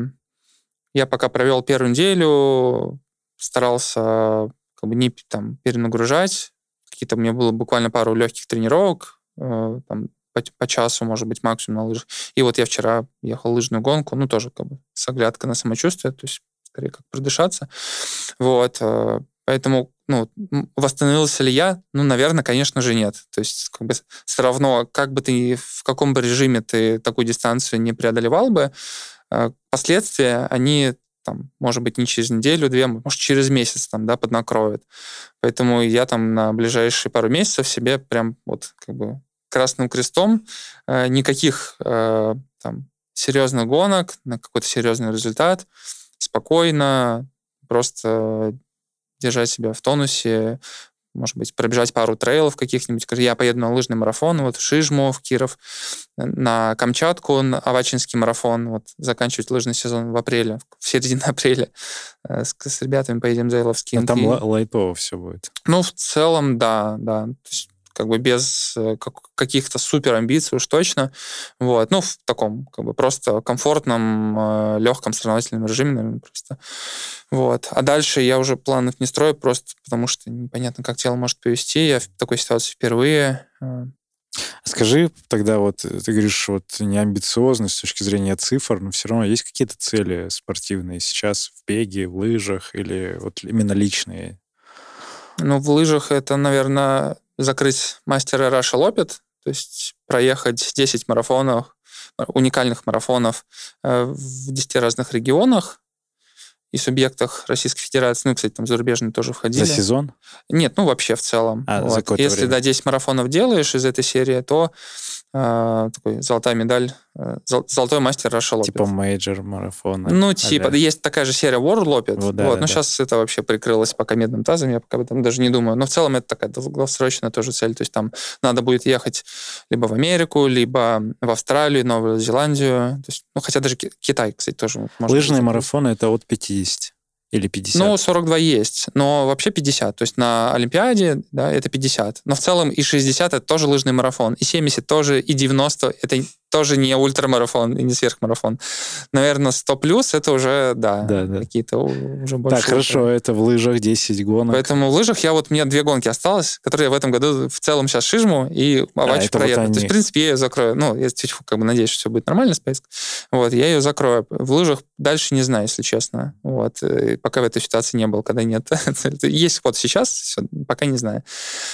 Speaker 2: я пока провел первую неделю, старался как бы не там перенагружать. Какие-то у меня было буквально пару легких тренировок, там, По, по часу, может быть, максимум на лыжах. И вот я вчера ехал лыжную гонку, ну, тоже как бы с оглядкой на самочувствие, то есть скорее как продышаться. Вот. Поэтому, ну, восстановился ли я? Ну, наверное, конечно же, нет. То есть как бы все равно, как бы ты, в каком бы режиме ты такую дистанцию не преодолевал бы, последствия, они там, может быть, не через неделю, две, может, через месяц там, да, поднакроют. Поэтому я там на ближайшие пару месяцев себе прям вот как бы красным крестом, э, никаких э, там, серьезных гонок на какой-то серьезный результат, спокойно, просто держать себя в тонусе, может быть, пробежать пару трейлов каких-нибудь. Я поеду на лыжный марафон, вот в Шижму, в Киров, на Камчатку, на Авачинский марафон, вот заканчивать лыжный сезон в апреле, в середине апреля. С, с ребятами поедем за Иловские.
Speaker 1: А там лайтово все будет?
Speaker 2: Ну, в целом, да, да. То есть как бы без каких-то супер амбиций уж точно. Вот. Ну, в таком как бы просто комфортном, легком соревновательном режиме, наверное, просто. Вот. А дальше я уже планов не строю, просто потому что непонятно, как тело может повести. Я в такой ситуации впервые.
Speaker 1: Скажи тогда, вот ты говоришь, вот не амбициозность с точки зрения цифр, но все равно есть какие-то цели спортивные сейчас в беге, в лыжах или вот именно личные?
Speaker 2: Ну, в лыжах это, наверное, закрыть мастера Russia Lopet, то есть проехать десять марафонов, уникальных марафонов в десяти разных регионах и субъектах Российской Федерации. Ну, кстати, там зарубежные тоже входили.
Speaker 1: За сезон?
Speaker 2: Нет, ну, вообще в целом.
Speaker 1: А,
Speaker 2: вот.
Speaker 1: за какое-то
Speaker 2: Если,
Speaker 1: время.
Speaker 2: да, десять марафонов делаешь из этой серии, то такой золотая медаль, золотой мастер Russia Lopet.
Speaker 1: Типа мейджор марафона.
Speaker 2: Ну, типа, а-ля. Есть такая же серия World Lopet.
Speaker 1: Вот, да,
Speaker 2: вот,
Speaker 1: да,
Speaker 2: но
Speaker 1: да.
Speaker 2: сейчас это вообще прикрылось пока медным тазом, я пока об этом даже не думаю. Но в целом это такая долгосрочная тоже цель. То есть там надо будет ехать либо в Америку, либо в Австралию, Новую Зеландию. То есть, ну, хотя даже Китай, кстати, тоже можно.
Speaker 1: Лыжные марафоны — это от пятидесяти. Или пятьдесят?
Speaker 2: Ну, сорок два есть, но вообще пятьдесят. То есть на Олимпиаде, да, это пятьдесят. Но в целом и шестьдесят — это тоже лыжный марафон, и семьдесят тоже, и девяносто — это тоже не ультрамарафон и не сверхмарафон. Наверное, сто плюс — это уже, да,
Speaker 1: да, да.
Speaker 2: какие-то уже больше.
Speaker 1: Так, хорошо, это в лыжах десять гонок.
Speaker 2: Поэтому в лыжах я вот, у меня две гонки осталось, которые я в этом году в целом сейчас шижму, и Авач
Speaker 1: а,
Speaker 2: проеду.
Speaker 1: Вот они...
Speaker 2: То есть, в принципе, я ее закрою. Ну, я как бы надеюсь, что все будет нормально с поездкой. Вот, я ее закрою. В лыжах дальше не знаю, если честно. Вот, и пока в этой ситуации не был, когда нет. Есть вот сейчас, все, пока не знаю.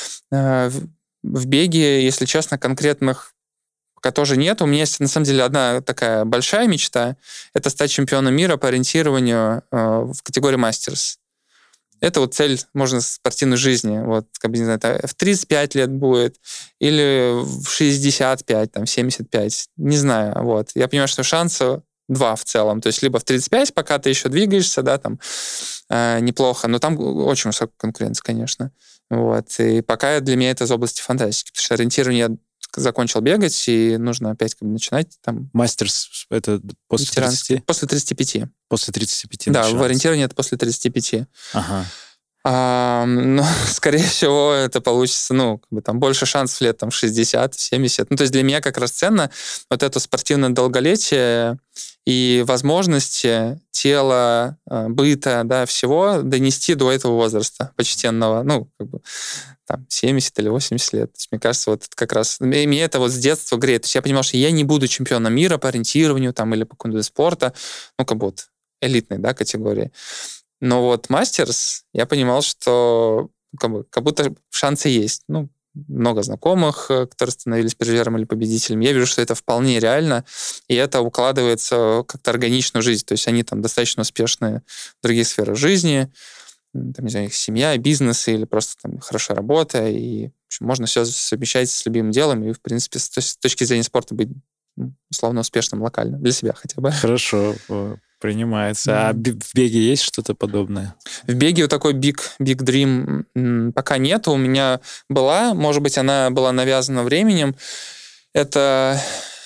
Speaker 2: В беге, если честно, конкретных пока тоже нет. У меня есть, на самом деле, одна такая большая мечта. Это стать чемпионом мира по ориентированию э, в категории мастерс. Это вот цель, можно, спортивной жизни. Вот, как бы, не знаю, в тридцать пять лет будет, или в шестьдесят пять, там, семьдесят пять. Не знаю. Вот. Я понимаю, что шансы два в целом. То есть либо в тридцать пять, пока ты еще двигаешься, да, там, э, неплохо. Но там очень высокая конкуренция, конечно. Вот. И пока для меня это из области фантастики. Потому что ориентирование я закончил бегать, и нужно опять как бы начинать там...
Speaker 1: Мастерс — это после тридцати?
Speaker 2: После тридцати пяти.
Speaker 1: После тридцати пяти
Speaker 2: Да,
Speaker 1: начинается.
Speaker 2: В ориентировании это после тридцати пяти.
Speaker 1: Ага.
Speaker 2: А, ну, скорее всего, это получится, ну, как бы там больше шансов лет там шестьдесят, семьдесят. Ну, то есть для меня как раз ценно вот это спортивное долголетие и возможности тела, быта, да, всего донести до этого возраста почтенного, ну, как бы там семьдесят или восемьдесят лет. То есть, мне кажется, вот это как раз... Меня это вот с детства греет. То есть я понимал, что я не буду чемпионом мира по ориентированию там или по какому-то спорта, ну, как бы вот элитной, да, категории. Но вот мастерс, я понимал, что как, бы, как будто шансы есть. Ну, много знакомых, которые становились призером или победителем. Я вижу, что это вполне реально, и это укладывается как-то органично в жизнь. То есть они там достаточно успешные в других сферах жизни, там, не знаю, их семья, бизнес или просто там хорошая работа, и в общем, можно все совмещать с любимым делом и, в принципе, с, с точки зрения спорта быть условно успешным локально, для себя хотя бы.
Speaker 1: Хорошо, принимается. Mm. А в беге есть что-то подобное?
Speaker 2: В беге вот такой big, big dream пока нет. У меня была, может быть, она была навязана временем. Это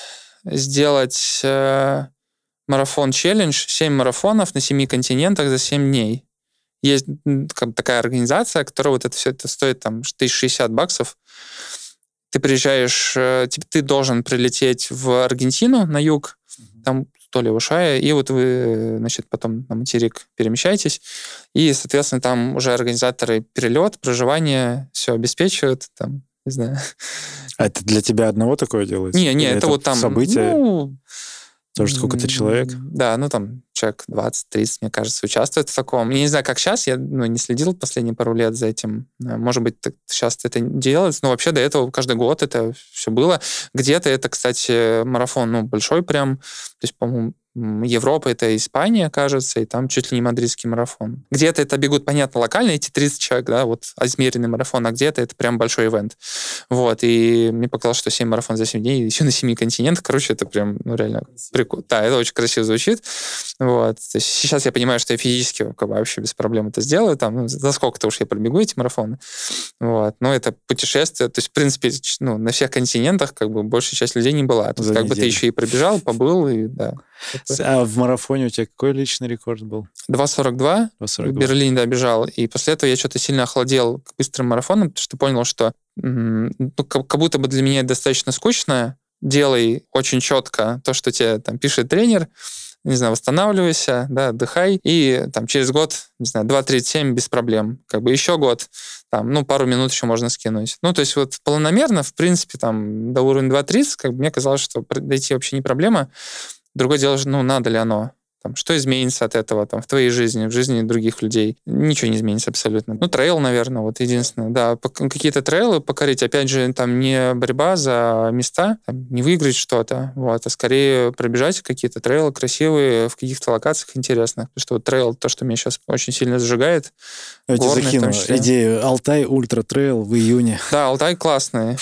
Speaker 2: сделать э, марафон-челлендж, семь марафонов на семи континентах за семь дней. Есть как бы такая организация, которая вот это все это стоит там тысяча шестьдесят баксов. Ты приезжаешь, э, ты должен прилететь в Аргентину на юг, mm-hmm. там то ли Ушая, и вот вы, значит, потом на материк перемещаетесь, и, соответственно, там уже организаторы перелет, проживание, все обеспечивают, там, не знаю.
Speaker 1: А это для тебя одного такое делается?
Speaker 2: Не, не, это, это вот там...
Speaker 1: Событие?
Speaker 2: Ну,
Speaker 1: тоже сколько-то человек?
Speaker 2: Да, ну там человек двадцать-тридцать, мне кажется, участвует в таком. Я не знаю, как сейчас, я ну, не следил последние пару лет за этим. Может быть, сейчас это делается, но вообще до этого каждый год это все было. Где-то это, кстати, марафон, ну, большой прям, то есть, по-моему, Европа — это Испания, кажется, и там чуть ли не мадридский марафон. Где-то это бегут, понятно, локально, эти тридцать человек, да, вот измеренный марафон, а где-то это прям большой ивент. Вот, и мне показалось, что семь марафон за семь дней, еще на семи континентах, короче, это прям, ну, реально прикольно. Да, это очень красиво звучит. Вот. То есть сейчас я понимаю, что я физически как бы, вообще без проблем это сделаю, там, ну, за сколько-то уж я пробегу эти марафоны. Вот. Но это путешествие, то есть, в принципе, ну, на всех континентах как бы большая часть людей не была. То есть, как неделю. Бы ты еще и пробежал, побыл, и да.
Speaker 1: А в марафоне у тебя какой личный рекорд был?
Speaker 2: два сорок два. В Берлине, да, бежал. И после этого я что-то сильно охладел к быстрым марафонам, потому что понял, что ну, как будто бы для меня это достаточно скучно. Делай очень четко то, что тебе там пишет тренер, не знаю, восстанавливайся, да, отдыхай, и там через год, не знаю, два тридцать семь без проблем. Как бы еще год, там, ну, пару минут еще можно скинуть. Ну, то есть вот планомерно, в принципе, там, до уровня два тридцать, как бы мне казалось, что дойти вообще не проблема. Другое дело, ну, надо ли оно? Там, что изменится от этого там, в твоей жизни, в жизни других людей? Ничего не изменится абсолютно. Ну, трейл, наверное, вот единственное. Да, какие-то трейлы покорить. Опять же, там не борьба за места, там, не выиграть что-то, вот, а скорее пробежать какие-то трейлы красивые в каких-то локациях интересных. Потому что вот трейл, то, что меня сейчас очень сильно зажигает.
Speaker 1: Я тебе закину идею Алтай Ультра Трейл в июне.
Speaker 2: Да, Алтай классный.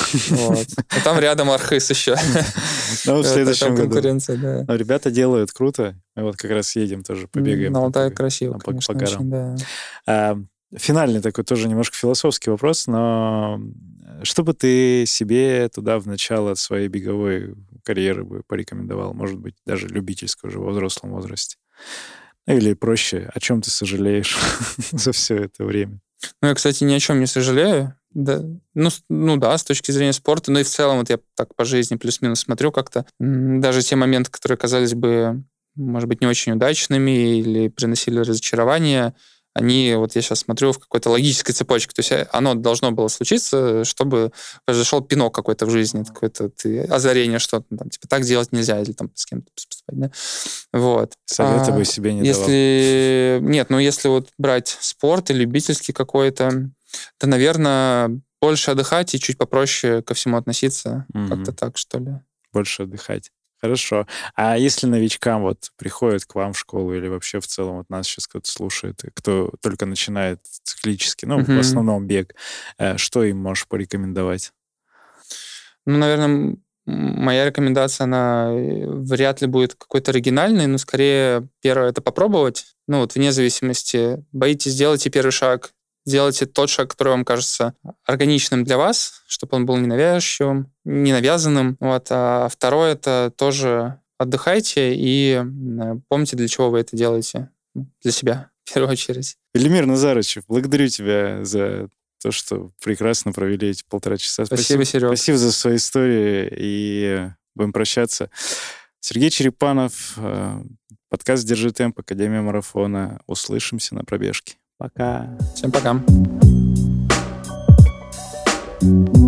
Speaker 2: Там рядом Архыз еще.
Speaker 1: Ну, в следующем году.
Speaker 2: Конкуренция, да.
Speaker 1: Ребята делают круто. Мы вот как раз едем тоже, побегаем.
Speaker 2: На Алтае красиво, по, конечно, по очень, да.
Speaker 1: А, финальный такой тоже немножко философский вопрос, но что бы ты себе туда в начало своей беговой карьеры бы порекомендовал? Может быть, даже любительскую уже во взрослом возрасте? Или проще, о чем ты сожалеешь за все это время?
Speaker 2: Ну, я, кстати, ни о чем не сожалею. Да. Ну, ну да, с точки зрения спорта, но и в целом вот я так по жизни плюс-минус смотрю как-то. Даже те моменты, которые казались бы, может быть, не очень удачными или приносили разочарование, они, вот я сейчас смотрю, в какой-то логической цепочке. То есть оно должно было случиться, чтобы произошел пинок какой-то в жизни, какое-то озарение, что там, типа, так делать нельзя, или там с кем-то поступать, да? Вот.
Speaker 1: Совета
Speaker 2: а,
Speaker 1: бы себе не
Speaker 2: если... давал. Нет, ну если вот брать спорт и любительский какой-то, то, наверное, больше отдыхать и чуть попроще ко всему относиться. Mm-hmm. Как-то так, что ли.
Speaker 1: Больше отдыхать. Хорошо. А если новичкам вот приходят к вам в школу или вообще в целом вот нас сейчас кто-то слушает, кто только начинает циклически, ну, mm-hmm. в основном бег, что им можешь порекомендовать?
Speaker 2: Ну, наверное, моя рекомендация, она вряд ли будет какой-то оригинальной, но скорее первое — это попробовать. Ну, вот вне зависимости, боитесь, сделайте первый шаг, делайте тот шаг, который вам кажется органичным для вас, чтобы он был ненавязчивым, не навязанным. Вот. А второе — это тоже отдыхайте и помните, для чего вы это делаете. Для себя, в первую очередь.
Speaker 1: Велимир Назарычев, благодарю тебя за то, что прекрасно провели эти полтора часа.
Speaker 2: Спасибо, Серега.
Speaker 1: Спасибо за свою историю, и будем прощаться. Сергей Черепанов, подкаст «Держи темп», Академия марафона. Услышимся на пробежке. Пока.
Speaker 2: Всем пока.